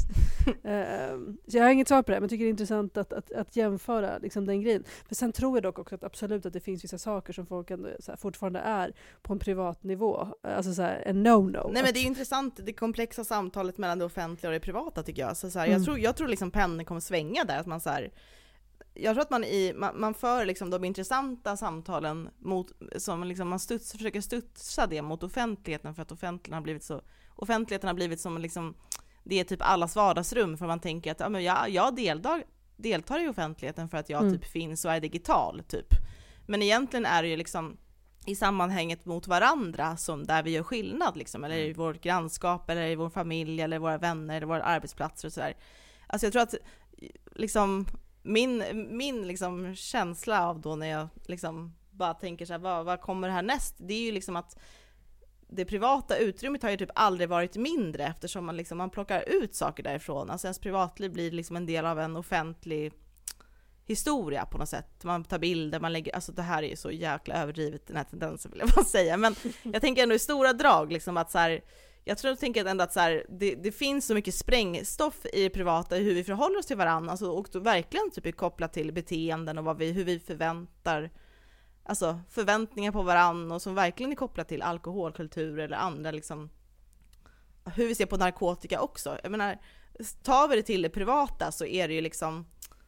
Speaker 3: uh, så jag har inget svar på det, men jag tycker det är intressant att, att, att jämföra liksom, den grejen. Men sen tror jag dock också att absolut att det finns vissa saker som folk ändå, så här, fortfarande är på en privat nivå. Alltså så här, en no-no.
Speaker 1: Nej men det är intressant, det komplexa samtalet mellan det offentliga och det privata tycker jag. Så, så här, mm. jag tror, jag tror liksom pendeln kommer svänga där. Att man så här, jag tror att man, i, man, man för liksom de intressanta samtalen mot, som liksom man studs, försöker studsa det mot offentligheten för att offentligheten har blivit så, offentligheten har blivit som liksom, det är typ allas vardagsrum för man tänker att ja, men jag, jag deltar, deltar i offentligheten för att jag mm. typ finns och är digital typ. Men egentligen är det ju liksom i sammanhanget mot varandra som där vi gör skillnad liksom, eller i vårt grannskap eller i vår familj eller våra vänner eller våra arbetsplatser och sådär. Alltså jag tror att liksom min, min liksom känsla av då när jag liksom bara tänker så här, vad, vad kommer härnäst? Det är ju liksom att det privata utrymmet har ju typ aldrig varit mindre eftersom man liksom man plockar ut saker därifrån. Alltså ens privatliv blir liksom en del av en offentlig historia på något sätt. Man tar bilder, man lägger, alltså det här är ju så jäkla överdrivet den här tendensen vill jag bara säga. Men jag tänker ändå i stora drag liksom att så här, jag tror jag tänker ändå att så här, det, det finns så mycket sprängstoff i det privata i hur vi förhåller oss till varandra alltså, och då verkligen typ är kopplat till beteenden och vad vi, hur vi förväntar alltså förväntningar på varandra och som verkligen är kopplat till alkoholkultur eller andra liksom hur vi ser på narkotika också. Jag menar, tar vi det till det privata så är det ju liksom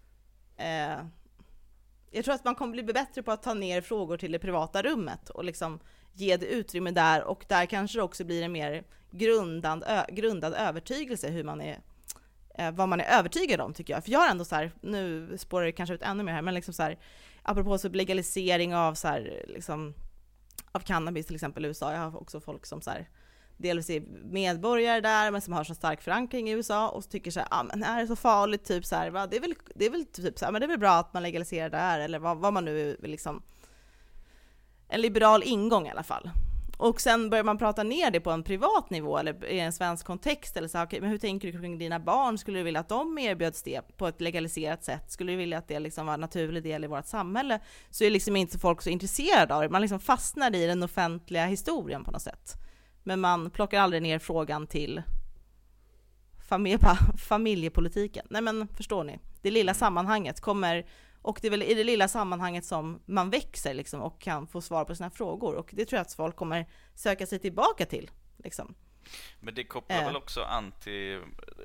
Speaker 1: eh, jag tror att man kommer bli bättre på att ta ner frågor till det privata rummet och liksom ge det utrymme där och där kanske det också blir en mer grundad, ö, grundad övertygelse hur man är eh, vad man är övertygad om, tycker jag. För jag har ändå så här, nu spårar det kanske ut ännu mer här, men liksom så här, apropå så legalisering av så här, liksom, av cannabis till exempel i U S A. Jag har också folk som så här, delvis är medborgare där, men som har så stark förankring i U S A och tycker så här, ah, men är det så farligt, typ så här, va? Det är väl, det är väl typ så här, men det är väl bra att man legaliserar det här, eller vad, vad man nu vill, liksom, en liberal ingång i alla fall. Och sen börjar man prata ner det på en privat nivå eller i en svensk kontext, eller så här, okay, men hur tänker du kring dina barn? Skulle du vilja att de erbjöds det på ett legaliserat sätt? Skulle du vilja att det liksom var en naturlig del i vårt samhälle? Så är liksom inte folk så intresserade av det. Man liksom fastnar i den offentliga historien på något sätt. Men man plockar aldrig ner frågan till familje, familjepolitiken. Nej, men förstår ni? Det lilla sammanhanget kommer, och det är väl i det lilla sammanhanget som man växer liksom, och kan få svar på sina frågor. Och det tror jag att folk kommer söka sig tillbaka till. Liksom.
Speaker 2: Men det kopplar äh. väl också an till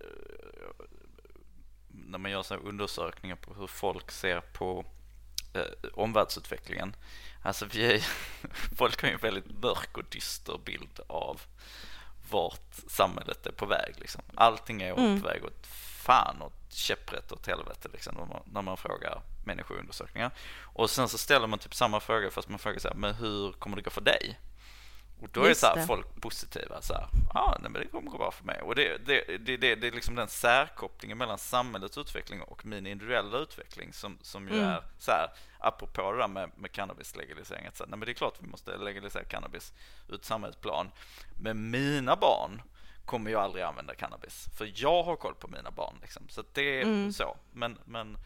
Speaker 2: när man gör så här undersökningar på hur folk ser på eh, omvärldsutvecklingen. Alltså vi är, folk har ju en väldigt mörk och dyster bild av vart samhället är på väg. Liksom. Allting är mm. på väg åt fan och käpprätt åt helvete liksom, när, man, när man frågar människoundersökningar. Och sen så ställer man typ samma fråga, fast man frågar så här, men hur kommer det gå för dig? Och då Just är så här, folk positiva så här, ja, ah, nej, men det kommer gå bra för mig. Och det, det, det, det, det är liksom den särkopplingen mellan samhällets utveckling och min individuella utveckling som, som ju mm. är så här, apropå det där med, med cannabislegalisering, att så här, nej, men det är klart vi måste legalisera cannabis ur ett samhällsplan. Men mina barn kommer ju aldrig använda cannabis, för jag har koll på mina barn liksom. Så att det är mm. så. Men, men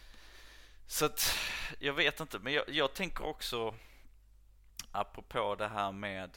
Speaker 2: så att jag vet inte, men jag, jag tänker också apropå det här med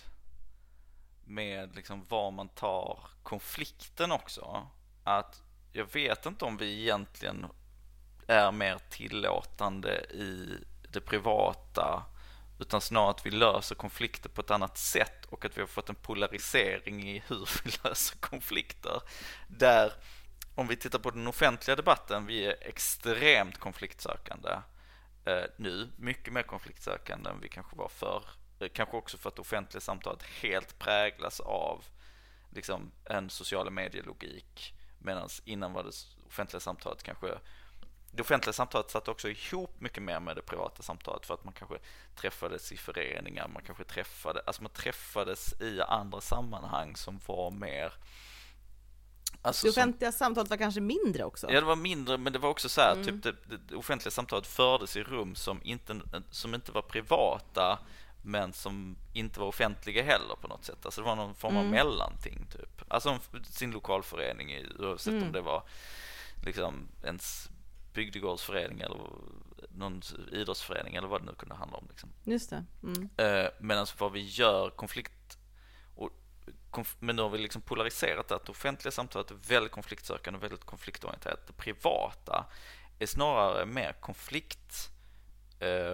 Speaker 2: med liksom var man tar konflikten också, att jag vet inte om vi egentligen är mer tillåtande i det privata, utan snarare att vi löser konflikter på ett annat sätt, och att vi har fått en polarisering i hur vi löser konflikter. Där, om vi tittar på den offentliga debatten, vi är extremt konfliktsökande eh, nu, mycket mer konfliktsökande än vi kanske var förr. Kanske också för att det offentliga samtalet helt präglas av liksom en sociala medielogik, medan innan var det offentliga samtalet kanske, det offentliga samtalet satt också ihop mycket mer med det privata samtalet, för att man kanske träffades i föreningar, man kanske träffade, alltså man träffades i andra sammanhang som var mer, alltså,
Speaker 1: det offentliga som, samtalet var kanske mindre också.
Speaker 2: Ja, det var mindre, men det var också så här, mm. typ det, det offentliga samtalet fördes i rum som inte, som inte var privata, men som inte var offentliga heller på något sätt. Alltså det var någon form av mm. mellanting typ. Alltså sin lokalförening, oavsett mm. om det var liksom ens bygdegårdsförening eller någon idrottsförening eller vad det nu kunde handla om liksom.
Speaker 1: Just det. Mm.
Speaker 2: Eh, men alltså vad vi gör konflikt och konf- men nu har vi liksom polariserat att det offentliga samtalet är väldigt konfliktsökande och väldigt konfliktorienterat. Det privata är snarare mer konflikt eh,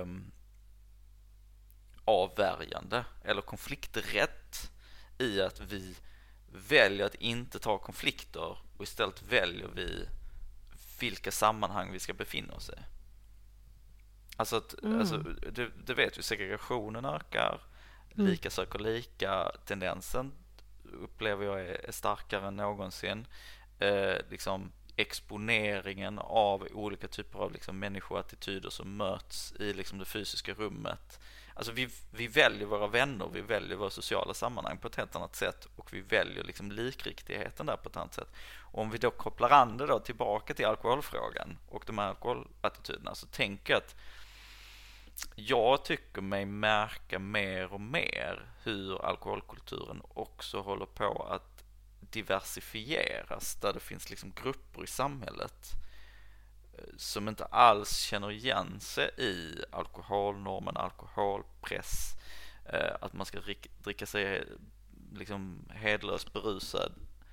Speaker 2: avvärjande eller konflikträtt, i att vi väljer att inte ta konflikter och istället väljer vi vilka sammanhang vi ska befinna oss i. Alltså, att, mm. alltså det, det vet vi, segregationen ökar, mm. lika söker lika, tendensen upplever jag är, är starkare än någonsin. Eh, liksom exponeringen av olika typer av liksom människoattityder som möts i liksom det fysiska rummet. Alltså vi, vi väljer våra vänner, vi väljer våra sociala sammanhang på ett helt annat sätt, och vi väljer liksom likriktigheten där på ett annat sätt. Och om vi då kopplar an det då tillbaka till alkoholfrågan och de här alkoholattityderna, så tänker jag att jag tycker mig märka mer och mer hur alkoholkulturen också håller på att diversifieras, där det finns liksom grupper i samhället som inte alls känner igen sig i alkoholnormen, alkoholpress, att man ska dricka sig liksom hedlöst berusad,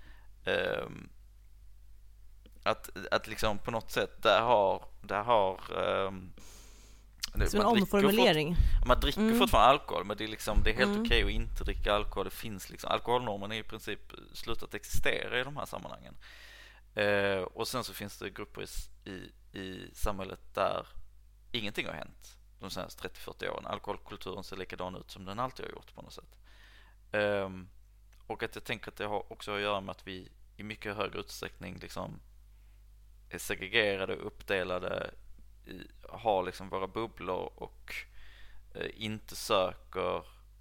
Speaker 2: att, att liksom på något sätt där har, där har
Speaker 1: som en omformulering.
Speaker 2: Fort, man dricker mm. fortfarande alkohol, men det är, liksom, det är helt mm. okej att inte dricka alkohol. Det finns liksom, alkoholnormen är i princip slutat existera i de här sammanhangen. Eh, och sen så finns det grupper i, i, i samhället där ingenting har hänt de senaste trettio till fyrtio åren. Alkoholkulturen ser likadan ut som den alltid har gjort på något sätt. Eh, och att jag tänker att det har också att göra med att vi i mycket högre utsträckning liksom är segregerade, uppdelade, i, har liksom våra bubblor och eh, inte söker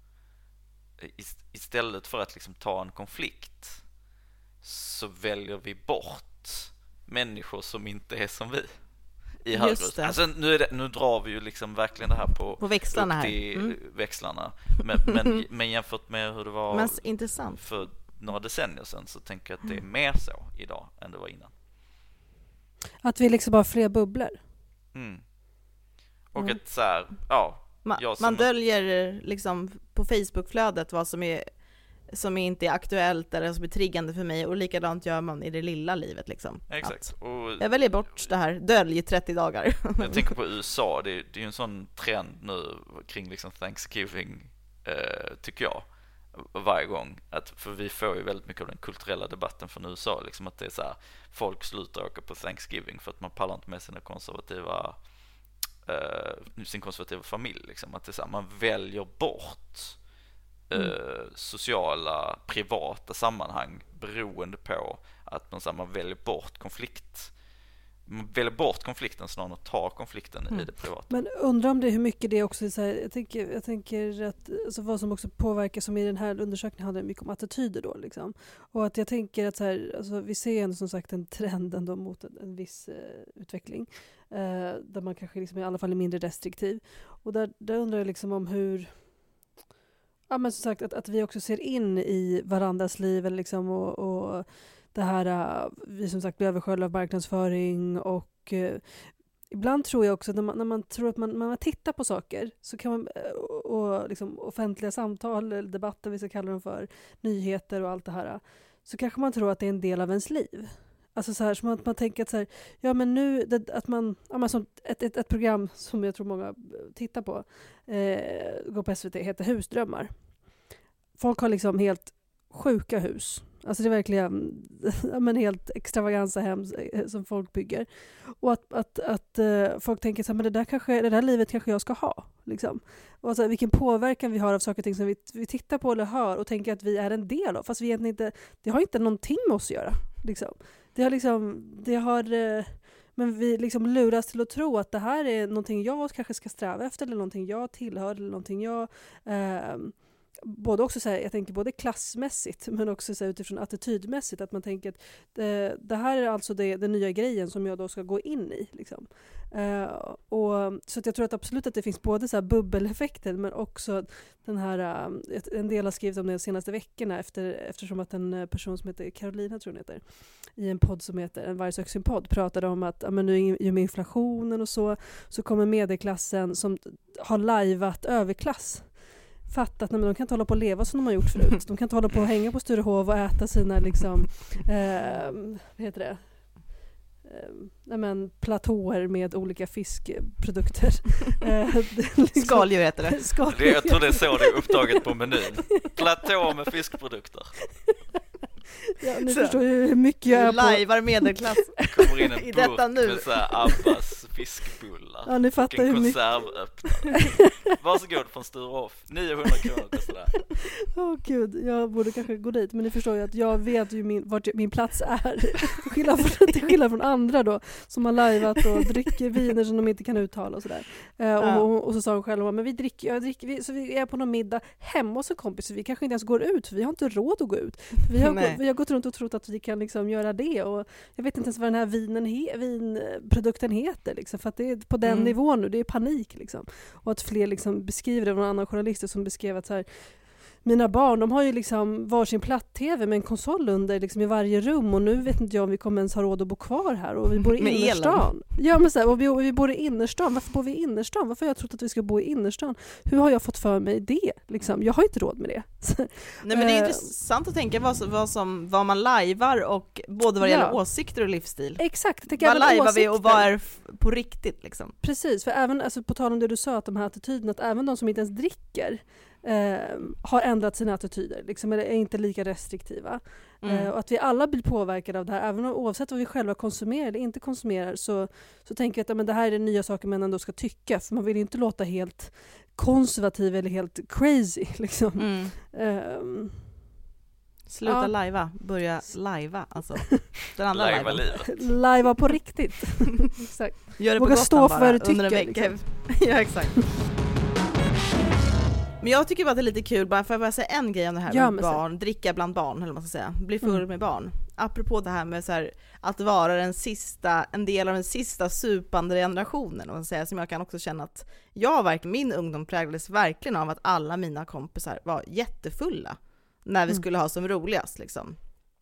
Speaker 2: istället för att liksom ta en konflikt så väljer vi bort människor som inte är som vi i högre ut. Alltså nu, är det, nu drar vi ju liksom verkligen det här på,
Speaker 1: på växlarna här.
Speaker 2: Mm. växlarna. Men, men, men jämfört med hur det var
Speaker 1: men intressant.
Speaker 2: för några decennier sedan så tänker jag att det är mer så idag än det var innan.
Speaker 3: Att vi liksom har fler bubblor.
Speaker 2: Mm. Och
Speaker 1: mm.
Speaker 2: ett så här, ja.
Speaker 1: Man, man döljer liksom på Facebookflödet vad som är som inte är aktuellt eller som är triggande för mig, och likadant gör man i det lilla livet liksom.
Speaker 2: Exakt. Och
Speaker 1: jag väljer bort det här, dölj i trettio dagar.
Speaker 2: Jag tänker på U S A, det är, det är ju en sån trend nu kring liksom Thanksgiving eh, tycker jag varje gång, att, för vi får ju väldigt mycket av den kulturella debatten från U S A liksom, att det är så här, folk slutar åka på Thanksgiving för att man pallar inte med sina konservativa Uh, sin konservativa familj liksom. Att det är så här, man väljer bort uh, mm. sociala, privata sammanhang beroende på att man, så här, man väljer bort konflikt man väljer bort konflikten snarare än att ta konflikten mm. i det privata.
Speaker 3: Men undrar om det hur mycket det också är så här, jag tänker, jag tänker att alltså, vad som också påverkar, som i den här undersökningen handlar mycket om attityder då liksom. Och att jag tänker att så här, alltså, vi ser ändå som sagt en trend ändå mot en, en viss eh, utveckling eh, där man kanske liksom i alla fall är mindre restriktiv. Och där, där undrar jag liksom om hur ja men som sagt att, att vi också ser in i varandras liv liksom, och, och det här, vi som sagt blir översköljda av marknadsföring och eh, ibland tror jag också när man, när man tror att man, när man tittar på saker så kan man, och, och liksom offentliga samtal eller debatter, vi ska kalla dem för, nyheter och allt det här, så kanske man tror att det är en del av ens liv. Alltså så här, som att man tänker att så här, ja men nu, det, att man, ja men som ett, ett, ett program som jag tror många tittar på, eh, går på S V T, heter Husdrömmar. Folk har liksom helt sjuka hus. Alltså det är verkligen ja, men helt extravaganza hem som folk bygger. Och att, att, att uh, folk tänker så här, men det där, kanske, det där livet kanske jag ska ha. Liksom. Och alltså, vilken påverkan vi har av saker och ting som vi, vi tittar på eller hör och tänker att vi är en del av. Fast vi egentligen inte, det har inte någonting med oss att göra. Liksom. Det har liksom, det har... Uh, men vi liksom luras till att tro att det här är någonting jag kanske ska sträva efter eller någonting jag tillhör eller någonting jag... Uh, både också så här, jag tänker både klassmässigt men också så här, utifrån attitydmässigt, att man tänker att det, det här är alltså det, den nya grejen som jag då ska gå in i liksom. Uh, och, så att jag tror att absolut att det finns både så här bubbeleffekten men också den här, uh, en del har skrivit om det de senaste veckorna efter, eftersom att en person som heter Carolina tror hon heter, i en podd som heter En varg söker sin podd pratade om att ja, men nu i och med inflationen och så så kommer medelklassen som har lajvat överklass fattat, nej, men de kan inte hålla på att leva som de har gjort förut. De kan inte hålla på att hänga på Sturehov och äta sina liksom, eh, vad heter det? Eh, nej, men, platåer med olika fiskprodukter. eh,
Speaker 1: liksom, skaldjur heter det.
Speaker 3: Skaldjur.
Speaker 2: det. Jag tror det är så det är upptaget på menyn. Platå med fiskprodukter.
Speaker 3: Ja, ni så. Förstår ju hur mycket jag är på.
Speaker 1: Lajvar medelklass
Speaker 2: kommer in en
Speaker 1: i detta nu.
Speaker 2: Med så här Abbas fiskbullar.
Speaker 3: Ja, ni fattar
Speaker 2: och en
Speaker 3: hur mycket.
Speaker 2: konservöppnare. Varsågod från Sturehof. niohundra kronor kostar det.
Speaker 3: Åh oh, gud, jag borde kanske gå dit. Men ni förstår ju att jag vet ju min, vart min plats är. Till skillnad från, till skillnad från andra då. Som har lajvat och dricker viner som de inte kan uttala och sådär. Uh, ja. och, och, och så sa hon själv, men vi dricker, jag dricker vi, så vi är på någon middag hemma hos en kompis. Så vi kanske inte ens går ut. För vi har inte råd att gå ut. Vi har, gå, vi har gått runt och trott att vi kan liksom göra det. Och jag vet inte ens vad den här vinen he, vinprodukten heter. Liksom, för att det är på den
Speaker 1: mm.
Speaker 3: nivån nu. Det är panik. Liksom. Och att fler liksom beskriver det. Det var en annan journalist som beskrev att så här, mina barn, de har ju liksom varsin platt-tv med en konsol under liksom i varje rum och nu vet inte jag om vi kommer ens ha råd att bo kvar här och vi bor i
Speaker 1: med
Speaker 3: innerstan.
Speaker 1: Elen.
Speaker 3: Ja men så här, och vi, och vi bor i innerstan. Varför bor vi i innerstan? Varför har jag trott att vi ska bo i innerstan? Hur har jag fått för mig det? Liksom? Jag har inte råd med det.
Speaker 1: Nej men det är intressant att tänka vad, vad, som, vad man lajvar och både vad det gäller ja. åsikter och livsstil.
Speaker 3: Exakt.
Speaker 1: Vad lajvar vi och vad är på riktigt liksom?
Speaker 3: Precis, för även alltså, på tal om det du sa att de här attityderna, att även de som inte ens dricker Eh, har ändrat sina attityder liksom, eller är inte lika restriktiva. Mm. Eh, och att vi alla blir påverkade av det här, även om, oavsett vad vi själva konsumerar eller inte konsumerar, så, så tänker jag att ja, men det här är nya saker man ändå ska tycka, för man vill inte låta helt konservativ eller helt crazy liksom.
Speaker 1: Mm.
Speaker 3: Eh,
Speaker 1: Sluta
Speaker 3: Ja.
Speaker 1: lajva, börja lajva. Alltså, den andra
Speaker 2: Lajva
Speaker 1: lajvan.
Speaker 2: livet.
Speaker 3: Lajva på riktigt. Exakt.
Speaker 1: Gör det på
Speaker 3: Våga
Speaker 1: Gotland
Speaker 3: stå
Speaker 1: bara,
Speaker 3: för vad du
Speaker 1: under en
Speaker 3: tycker,
Speaker 1: vecka.
Speaker 3: liksom.
Speaker 1: Ja, exakt. Men jag tycker bara att det är lite kul, bara för att bara säga en grej om det här
Speaker 3: Ja,
Speaker 1: med
Speaker 3: men
Speaker 1: barn, dricka bland barn, eller vad man ska säga, bli full
Speaker 3: Mm.
Speaker 1: med barn. Apropå det här med så här, att vara den sista, en del av den sista supande generationen, och säga, som jag kan också känna att jag verkligen, min ungdom präglades verkligen av att alla mina kompisar var jättefulla när vi
Speaker 3: Mm.
Speaker 1: skulle ha som roligast liksom.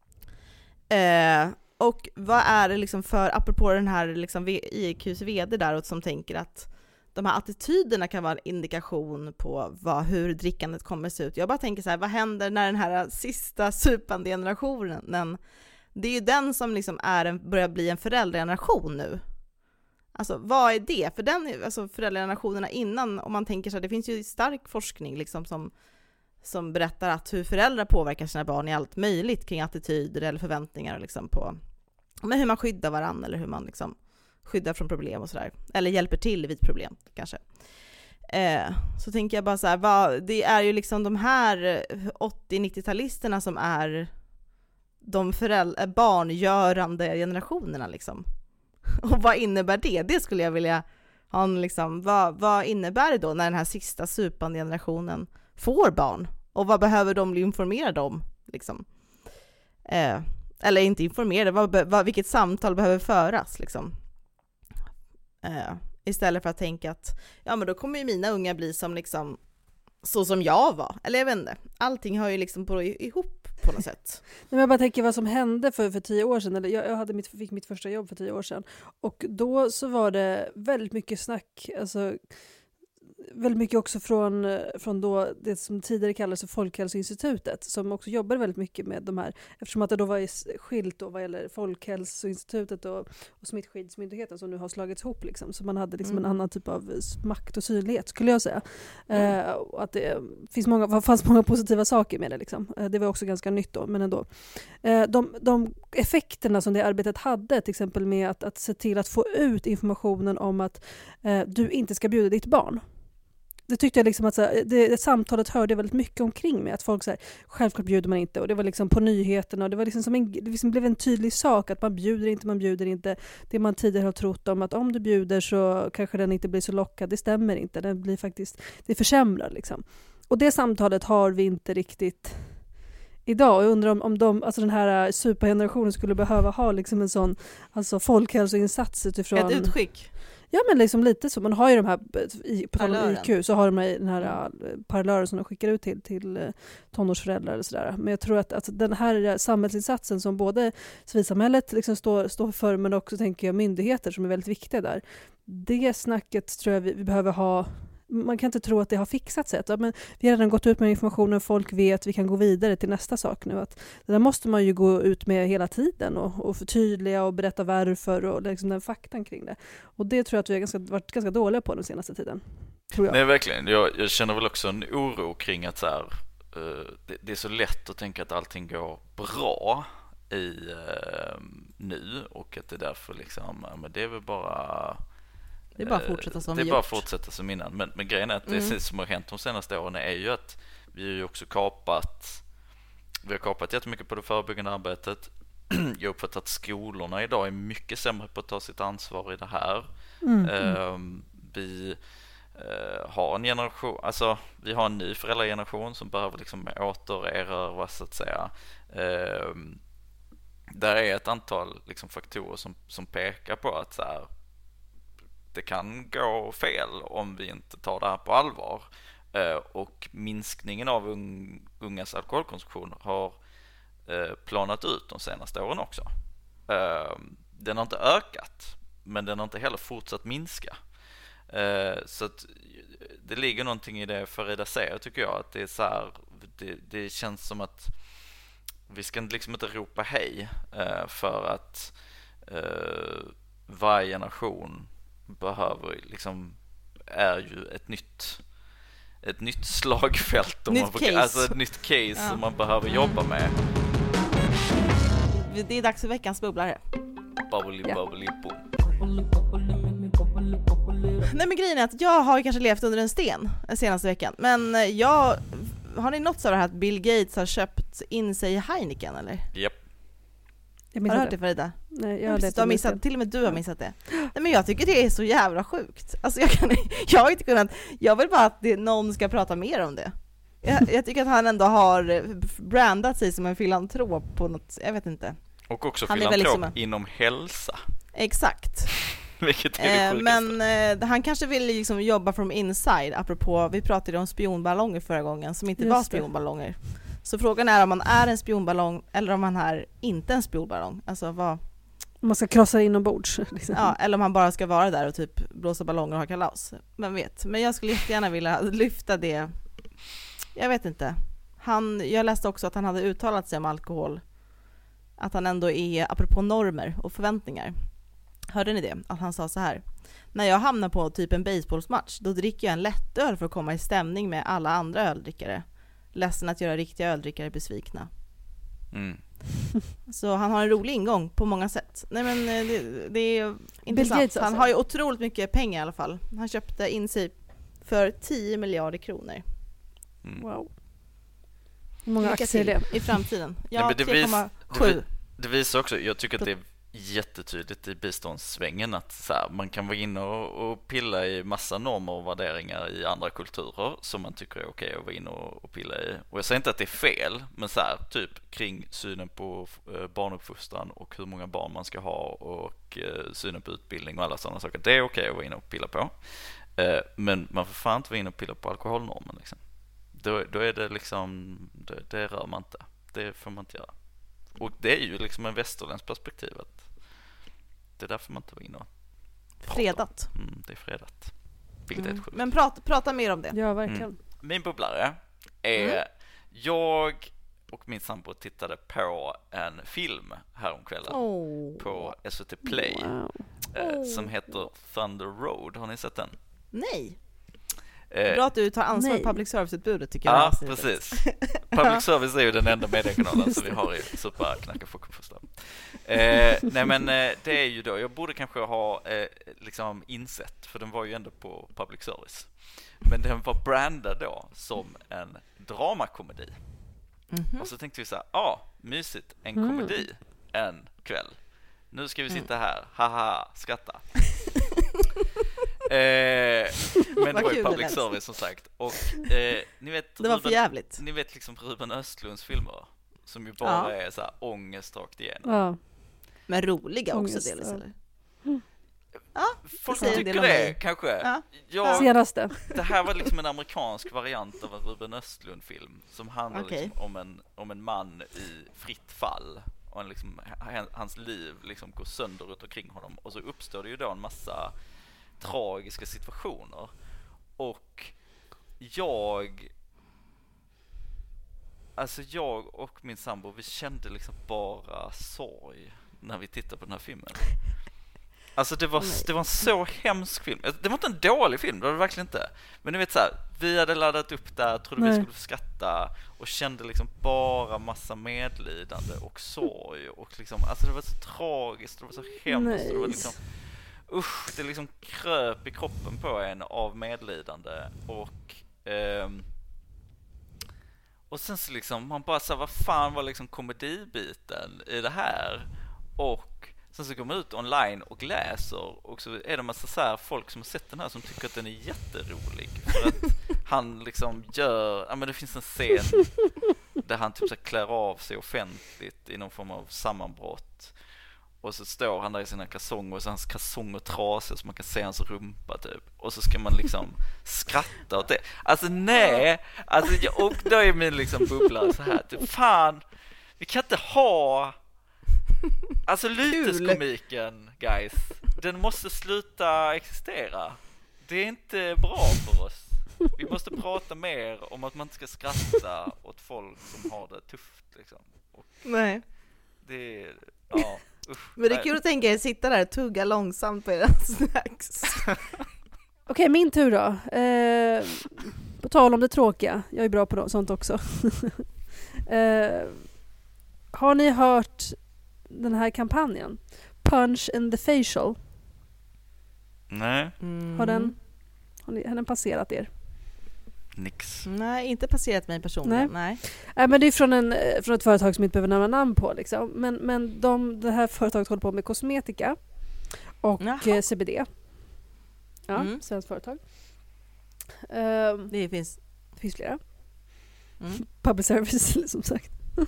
Speaker 1: Eh, och vad är det liksom för, apropå den här liksom I Qs vd där, som tänker att de här attityderna kan vara en indikation på vad, hur drickandet kommer se ut. Jag bara tänker så här, vad händer när den här sista supande generationen, det är ju den som liksom är en, börjar bli en föräldrageneration nu. Alltså vad är det? För den, alltså föräldragenerationerna innan, om man tänker så här, det finns ju stark forskning liksom som, som berättar att hur föräldrar påverkar sina barn i allt möjligt kring attityder eller förväntningar liksom på, men hur man skyddar varandra eller hur man liksom skyddar från problem och sådär. Eller hjälper till vid problem kanske. Eh, så tänker jag bara så här, vad, det är ju liksom de här åttio-nittio-talisterna som är de föräldrar, barngörande generationerna liksom. Och vad innebär det? Det skulle jag vilja ha en liksom, vad, vad innebär det då när den här sista supande generationen får barn? Och vad behöver de bli informerade om liksom? Eh, eller inte informerade, vad, vad, vilket samtal behöver föras liksom? Uh, istället för att tänka att ja, men då kommer ju mina unga bli som liksom så som jag var, eller jag vet inte, allting har ju liksom på ihop på något sätt.
Speaker 3: Men jag bara tänker vad som hände för, för tio år sedan, eller jag, jag hade mitt, fick mitt första jobb för tio år sedan, och då så var det väldigt mycket snack, alltså väldigt mycket också från, från då det som tidigare kallades för Folkhälsoinstitutet, som också jobbar väldigt mycket med de här, eftersom att det då var skilt då vad gäller Folkhälsoinstitutet och, och Smittskyddsmyndigheten som nu har slagits ihop liksom, så man hade liksom mm. en annan typ av makt och synlighet skulle jag säga. Mm. Eh, och att det finns många, fanns många positiva saker med det liksom. Eh, det var också ganska nytt då, men ändå. Eh, de, de effekterna som det arbetet hade, till exempel med att, att se till att få ut informationen om att eh, du inte ska bjuda ditt barn. Det tyckte jag liksom att så här, det, det samtalet hörde jag väldigt mycket omkring mig, att folk så här, självklart bjuder man inte, och det var liksom på nyheterna, och det var liksom som en, det liksom blev en tydlig sak att man bjuder inte, man bjuder inte. Det man tidigare har trott om att om du bjuder så kanske den inte blir så lockad, det stämmer inte, den blir faktiskt, det försämrar liksom. Och det samtalet har vi inte riktigt idag, och jag undrar om, om de, alltså den här supergenerationen skulle behöva ha liksom en sån, alltså folkhälsoinsats utifrån
Speaker 1: ett utskick.
Speaker 3: Ja, men liksom lite så. Man har ju de här, på tal om I Q, så har de den här
Speaker 1: mm.
Speaker 3: parallören som de skickar ut till, till tonårsföräldrar och sådär. Men jag tror att, att den här samhällsinsatsen som både civilsamhället liksom står, står för, men också tänker jag myndigheter som är väldigt viktiga där. Det snacket tror jag vi, vi behöver ha. Man kan inte tro att det har fixat sig. Men vi har redan gått ut med informationen, folk vet, vi kan gå vidare till nästa sak nu. Att det där måste man ju gå ut med hela tiden och, och förtydliga och berätta varför och liksom den faktan kring det. Och det tror jag att vi har ganska, varit ganska dåliga på den senaste tiden. Tror jag.
Speaker 2: Nej, verkligen. Jag, jag känner väl också en oro kring att så här, uh, det, det är så lätt att tänka att allting går bra i uh, nu, och att det därför liksom, ja, men det är väl bara...
Speaker 1: Det är bara att fortsätta som
Speaker 2: det
Speaker 1: vi
Speaker 2: är bara
Speaker 1: gjort.
Speaker 2: fortsätta som innan. Men, men grejen är att
Speaker 1: Mm.
Speaker 2: det som har hänt de senaste åren är ju att vi har ju också kapat vi har kapat jättemycket på det förebyggande arbetet. Jag uppfattar att skolorna idag är mycket sämre på att ta sitt ansvar i det här.
Speaker 3: Mm.
Speaker 2: Uh, vi uh, har en generation, alltså vi har en ny föräldrageneration som behöver liksom återerövra, så att säga. Uh, där är ett antal liksom faktorer som, som pekar på att så här, det kan gå fel om vi inte tar det här på allvar. Eh, och minskningen av un- ungas alkoholkonsumtion har eh, planat ut de senaste åren också. Eh, den har inte ökat, men den har inte heller fortsatt minska. Eh, så att det ligger någonting i det Farida säger, tycker jag, att det är så här, det, det känns som att vi ska liksom inte ropa hej eh, för att eh, varje generation behöver liksom, är ju ett nytt ett nytt slagfält, om
Speaker 1: Nytt
Speaker 2: man får,
Speaker 1: case.
Speaker 2: alltså ett nytt case
Speaker 1: Ja.
Speaker 2: som man behöver jobba med.
Speaker 1: Det är dags för veckans bubblare.
Speaker 2: Bubbly,
Speaker 1: Ja.
Speaker 2: bubbly, boom.
Speaker 1: Nej, men grejen är att jag har kanske levt under en sten den senaste veckan, men jag har ni något så här att Bill Gates har köpt in sig i Heineken eller?
Speaker 2: Japp.
Speaker 3: Jag
Speaker 1: Har du hört
Speaker 3: det.
Speaker 1: det Farida?
Speaker 3: Nej,
Speaker 1: Jag
Speaker 3: jag
Speaker 1: precis, du har missat, till och med du har missat det. Nej, men jag tycker det är så jävla sjukt. Alltså jag, kan, jag har inte kunnat, jag vill bara att det, någon ska prata mer om det. Jag, jag tycker att han ändå har brandat sig som en filantrop på något, jag vet inte.
Speaker 2: Och också
Speaker 1: han
Speaker 2: filantrop
Speaker 1: liksom en...
Speaker 2: inom hälsa.
Speaker 1: Exakt.
Speaker 2: Vilket är det
Speaker 1: eh, men eh, han kanske vill liksom jobba from inside, apropå, vi pratade om spionballonger förra gången som inte
Speaker 3: Just
Speaker 1: var spionballonger. Så frågan är om man är en spionballong eller om man är inte en spionballong. Alltså vad...
Speaker 3: Man ska krossa inombords. Liksom.
Speaker 1: Ja, eller om man bara ska vara där och typ blåsa ballonger och ha kalas. Men vet. Men jag skulle jättegärna vilja lyfta det. Jag vet inte. Han, jag läste också att han hade uttalat sig om alkohol. Att han ändå är, apropå normer och förväntningar. Hörde ni det? Att han sa så här. När jag hamnar på typ en baseballsmatch, då dricker jag en lättöl för att komma i stämning med alla andra öldrickare. Ledsen att göra riktiga öldrickare besvikna.
Speaker 2: Mm.
Speaker 1: Så han har en rolig ingång på många sätt. Nej men det, det är intressant.
Speaker 3: Gates, alltså.
Speaker 1: Han har ju otroligt mycket pengar i alla fall. Han köpte in sig för tio miljarder kronor.
Speaker 2: Mm.
Speaker 3: Wow. Hur många
Speaker 1: Lycka
Speaker 3: aktier är det?
Speaker 1: i framtiden. Ja,
Speaker 2: Nej, men det,
Speaker 1: tre
Speaker 2: vis,
Speaker 1: komma
Speaker 2: det,
Speaker 1: sju.
Speaker 2: vi- det visar också, jag tycker att det är jättetydligt i biståndssvängen att så här, man kan vara inne och, och pilla i massa normer och värderingar i andra kulturer som man tycker är okej att vara inne och, och pilla i. Och jag säger inte att det är fel, men så här, typ kring synen på eh, barnuppfostran och hur många barn man ska ha och eh, synen på utbildning och alla sådana saker. Det är okej att vara inne och pilla på. Eh, men man får fan inte vara inne och pilla på alkoholnormen liksom. Då, då är det liksom, det, det rör man inte. Det får man inte göra. Och det är ju liksom en västerländsk perspektiv att det är därför man inte var inne och pratar.
Speaker 1: Fredat.
Speaker 2: Mm, det är fredat. Vilket
Speaker 1: Mm.
Speaker 2: är sjukt.
Speaker 1: Men prata, prata mer om det.
Speaker 3: Ja, verkligen.
Speaker 2: Mm. Min bubblare är
Speaker 1: Mm.
Speaker 2: jag och min sambo tittade på en film häromkvällen
Speaker 1: Oh.
Speaker 2: på S V T Play
Speaker 3: Wow.
Speaker 2: eh, som heter Thunder Road. Har ni sett den?
Speaker 1: Nej.
Speaker 2: Eh,
Speaker 1: Bra att du tar ansvar
Speaker 3: nej.
Speaker 1: för public service-utbudet tycker jag.
Speaker 2: Ja,
Speaker 1: Alltså,
Speaker 2: precis. Public service är ju den enda mediekanalen som vi har i superknacka folkuppfostran. Eh, nej men eh, det är ju då, jag borde kanske ha eh, liksom insett, för den var ju ändå på public service. Men den var brandad då som en dramakomedi.
Speaker 1: Mhm.
Speaker 2: Och så tänkte vi så här, ja, ah, mysigt, en
Speaker 3: Mm.
Speaker 2: komedi en kväll. Nu ska vi sitta här, haha, skratta. Eh, men det
Speaker 1: Vad
Speaker 2: var ju
Speaker 1: kul
Speaker 2: public
Speaker 1: det lät.
Speaker 2: service som sagt. Och eh, ni vet
Speaker 1: Det var för
Speaker 2: Ruben,
Speaker 1: jävligt.
Speaker 2: ni vet liksom Ruben Östlunds filmer som ju bara
Speaker 1: Ja.
Speaker 2: är så här ångest rakt igenom.
Speaker 3: Ja.
Speaker 1: Men roliga också
Speaker 3: Ångest,
Speaker 1: delvis
Speaker 3: ja.
Speaker 1: eller? Ja,
Speaker 2: Folk
Speaker 1: säger en
Speaker 2: tycker
Speaker 1: del om
Speaker 2: det
Speaker 1: dig.
Speaker 2: kanske.
Speaker 1: Ja.
Speaker 2: Jag,
Speaker 3: Senaste.
Speaker 2: det här var liksom en amerikansk variant av en Ruben Östlund-film som handlar
Speaker 1: Okej.
Speaker 2: liksom om, en, om en man i fritt fall. Och en liksom, hans liv liksom går sönder runt omkring honom. Och så uppstår det ju då en massa tragiska situationer. Och jag... Alltså jag och min sambo, vi kände liksom bara sorg när vi tittade på den här filmen. Alltså det var, det var en så hemsk film. Det var inte en dålig film, det var det verkligen inte. Men ni vet så här, vi hade laddat upp där, trodde
Speaker 3: Nej.
Speaker 2: vi skulle få skratta och kände liksom bara massa medlidande och sorg och liksom, alltså det var så tragiskt, det var så hemskt, det var liksom, usch, det liksom kröp i kroppen på en av medlidande och ehm, och sen så liksom, man bara sa, vad fan var liksom komedibiten i det här? Och sen så går man ut online och läser och så är det en massa så här folk som har sett den här som tycker att den är jätterolig för att han liksom gör, ja men det finns en scen där han typ så här klär av sig offentligt i någon form av sammanbrott och så står han där i sina kalsonger och så är hans kalsonger trasiga så man kan se hans rumpa typ och så ska man liksom skratta åt det. Alltså nej, alltså jag, och då är min liksom bubbla så här typ, fan, vi kan inte ha alltså lyteskomiken, guys. Den måste sluta existera. Det är inte bra för oss. Vi måste prata mer om att man inte ska skratta åt folk som har det tufft liksom. Och
Speaker 1: Nej.
Speaker 2: det är, ja, usch.
Speaker 1: Men det är
Speaker 2: Nej.
Speaker 1: kul att tänka er sitta där och tugga långsamt på era snacks.
Speaker 3: Okej, min tur då. Eh, på tal om det tråkiga. Jag är bra på sånt också. eh, har ni hört den här kampanjen? Punch in the facial.
Speaker 2: Nej.
Speaker 1: Mm.
Speaker 3: Har den, har, ni, har den passerat er?
Speaker 2: Nix.
Speaker 1: Nej, inte passerat mig personligen. Nej.
Speaker 3: Nej. Äh, men det är från, en, från ett företag som inte behöver nämna namn på. Liksom. Men, men de, det här företaget håller på med kosmetika och eh, C B D. Ja, mm. Svenskt företag. Um,
Speaker 1: det finns
Speaker 3: det finns flera.
Speaker 1: Mm.
Speaker 3: Public service, som sagt.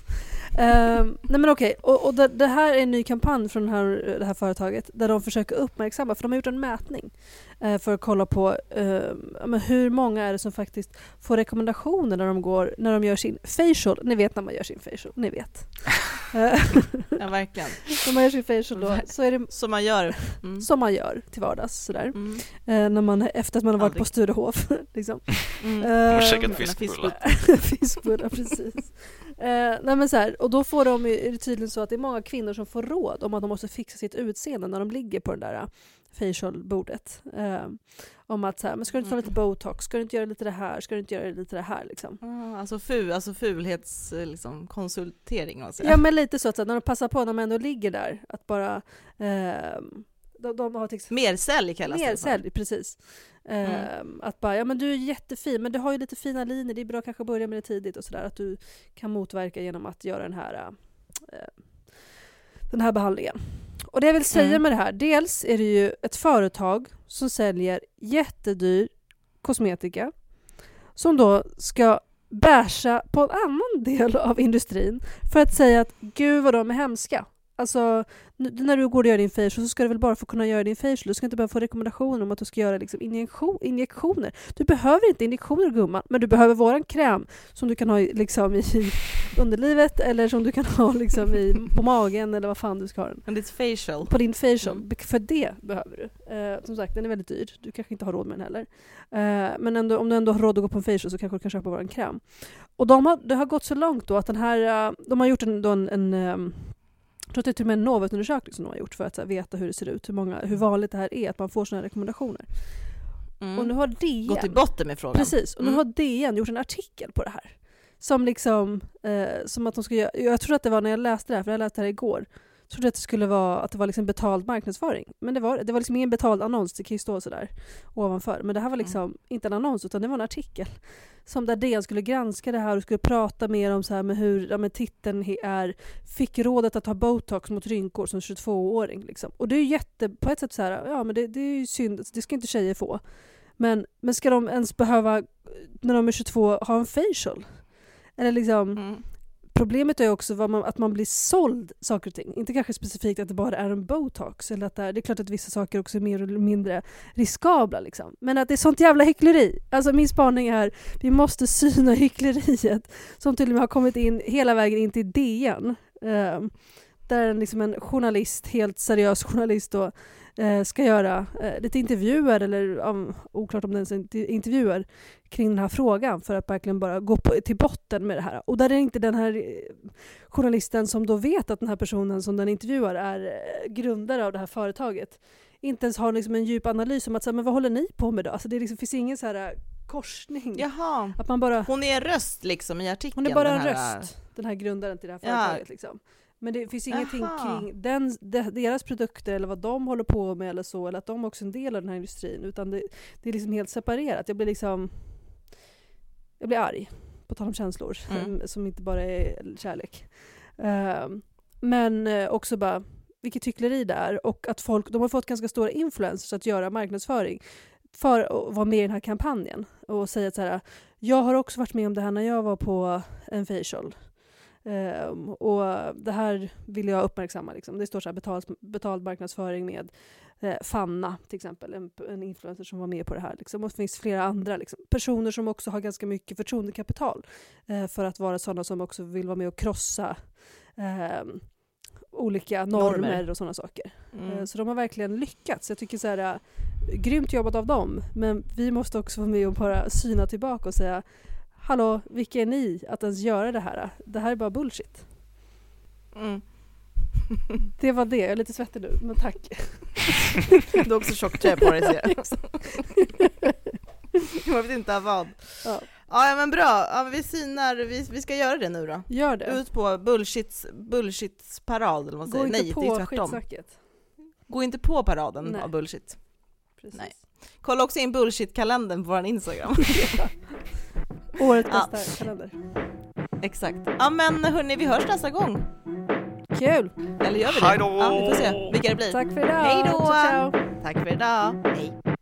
Speaker 3: um, nej men okej, och, och det, det här är en ny kampanj från det här, det här företaget där de försöker uppmärksamma, för de har gjort en mätning uh, för att kolla på uh, men hur många är det som faktiskt får rekommendationer när de går, när de gör sin facial. Ni vet när man gör sin facial, ni vet.
Speaker 1: Ja, verkligen.
Speaker 3: När man gör sin facial då, så är det
Speaker 1: som man gör,
Speaker 3: mm. som man gör till vardags sådär.
Speaker 1: Mm.
Speaker 3: Uh, när man, efter att man har varit Aldrig. på Sturehof liksom.
Speaker 2: Mm. Uh, och käkat fiskbullar.
Speaker 3: Fiskbullar, precis. Uh, nej men så här, och då får de, är det tydligen så att det är många kvinnor som får råd om att de måste fixa sitt utseende när de ligger på den där uh, facial-bordet. Uh, om att så här, men ska du inte ta lite botox? Ska du inte göra lite det här? Ska du inte göra lite det här? Liksom?
Speaker 1: Uh, alltså, ful, alltså fulhets liksom, konsultering. Alltså.
Speaker 3: Ja, men lite så att så här, när de passar på, när de ändå ligger där, att bara... Uh, de, de har text-
Speaker 1: mer sälj kallas
Speaker 3: mer
Speaker 1: det.
Speaker 3: Sälj, precis. Mm. Um, att bara, ja men du är jättefin, men du har ju lite fina linjer, det är bra att kanske börja med det tidigt och sådär, att du kan motverka genom att göra den här uh, den här behandlingen. Och det jag vill säga mm. med det här, dels är det ju ett företag som säljer jättedyr kosmetika som då ska bärsa på en annan del av industrin för att säga att gud vad de är hemska. Alltså, när du går och gör din facial så ska du väl bara få kunna göra din facial. Du ska inte behöva få rekommendationer om att du ska göra liksom injektion, injektioner. Du behöver inte injektioner, gumman, men du behöver våran kräm som du kan ha liksom i underlivet eller som du kan ha liksom i, på magen eller vad fan du ska ha den.
Speaker 1: And it's facial.
Speaker 3: På din facial. Mm. För det behöver du. Uh, som sagt, den är väldigt dyr. Du kanske inte har råd med den heller. Uh, men ändå, om du ändå har råd att gå på en facial så kanske du kan köpa våran kräm. Och de har, det har gått så långt då att den här, uh, de har gjort en, då en, en um, jag tror att det är till och med en Novus-undersökning som de har gjort för att här, veta hur det ser ut, hur, många, hur vanligt det här är att man får såna här rekommendationer. Mm. Och nu har D N...
Speaker 1: Gått till botten med frågan.
Speaker 3: Precis, och nu mm. har D N gjort en artikel på det här. Som liksom, eh, som att de ska göra... Jag tror att det var när jag läste det här, för jag läste det här igår. Jag trodde att det skulle vara att det var liksom betald marknadsföring. Men det var, det var liksom ingen betald annons, det kan ju stå sådär ovanför. Men det här var liksom mm. inte en annons, utan det var en artikel. Som där D N skulle granska det här och skulle prata mer om så här med hur ja, med titeln är fick rådet att ta botox mot rynkor som tjugotvååring. Liksom. Och det är ju jätte, på ett sätt så här, ja men det, det är ju synd, det ska inte tjejer få. Men, men ska de ens behöva, när de är tjugotvå, ha en facial? Eller liksom... Mm. Problemet är också vad man, att man blir såld saker och ting. Inte kanske specifikt att det bara är en botox. Eller att det, är, det är klart att vissa saker också är mer eller mindre riskabla. Liksom. Men att det är sånt jävla hyckleri. Alltså min spaning är vi måste syna hyckleriet. Som till och med har kommit in hela vägen in till D N. Eh, där liksom en journalist, helt seriös journalist då, eh, ska göra eh, lite intervjuer. Eller um, oklart om det ens är intervjuer kring den här frågan för att verkligen bara gå på, till botten med det här. Och där är inte den här journalisten som då vet att den här personen som den intervjuar är grundare av det här företaget inte ens har liksom en djup analys om att säga, men vad håller ni på med då? Alltså det liksom, finns ingen så här korsning.
Speaker 1: Jaha.
Speaker 3: Att man bara,
Speaker 1: hon är en röst liksom i artikeln.
Speaker 3: Hon är bara en
Speaker 1: här...
Speaker 3: röst, den här grundaren till det här företaget. Ja. Liksom. Men det finns ingenting Aha. kring den, deras produkter eller vad de håller på med eller så, eller att de också är en del av den här industrin, utan det, det är liksom helt separerat. Jag blir liksom jag blir arg på tal om känslor mm. som inte bara är kärlek. Uh, men uh, också bara vilket hyckleri det är, och att folk, de har fått ganska stora influencers att göra marknadsföring för att vara med i den här kampanjen och säga att så här, jag har också varit med om det här när jag var på en facial. Um, och det här vill jag uppmärksamma liksom. Det står så här betald, betald marknadsföring med eh, Fanna till exempel, en, en influencer som var med på det här liksom. Och det finns flera andra liksom. Personer som också har ganska mycket förtroendekapital eh, för att vara sådana som också vill vara med och krossa eh, olika normer, normer och sådana saker. Mm. Eh, så de har verkligen lyckats. Jag tycker så här, äh, grymt jobbat av dem, men vi måste också vara med och bara syna tillbaka och säga hallå, vilka är ni att ens göra det här? Det här är bara bullshit. Mm. Det var det. Jag är lite svettig nu, men tack.
Speaker 1: Du har också tjockträ på dig, ser jag. Jag vet inte vad. Ja. Ja, men bra. Ja, vi synar, vi, vi ska göra det nu då.
Speaker 3: Gör det.
Speaker 1: Ut på bullshits, bullshits parad eller vad man säger.
Speaker 3: Gå inte
Speaker 1: Nej,
Speaker 3: på
Speaker 1: det är tvärtom.
Speaker 3: skitsnacket.
Speaker 1: Gå inte på paraden. Nej. Av bullshit.
Speaker 3: Precis.
Speaker 1: Nej. Kolla också in bullshit-kalendern på vår Instagram.
Speaker 3: Årets
Speaker 1: Ja.
Speaker 3: bästa kalender.
Speaker 1: Exakt. Ja men hörni, vi hörs nästa gång.
Speaker 3: Kul!
Speaker 1: Eller gör vi det?
Speaker 2: Hej då!
Speaker 1: Ja, vi får se vilka det blir.
Speaker 3: Tack för idag!
Speaker 1: Hej då!
Speaker 3: Ciao, ciao.
Speaker 1: Tack för idag. Hej.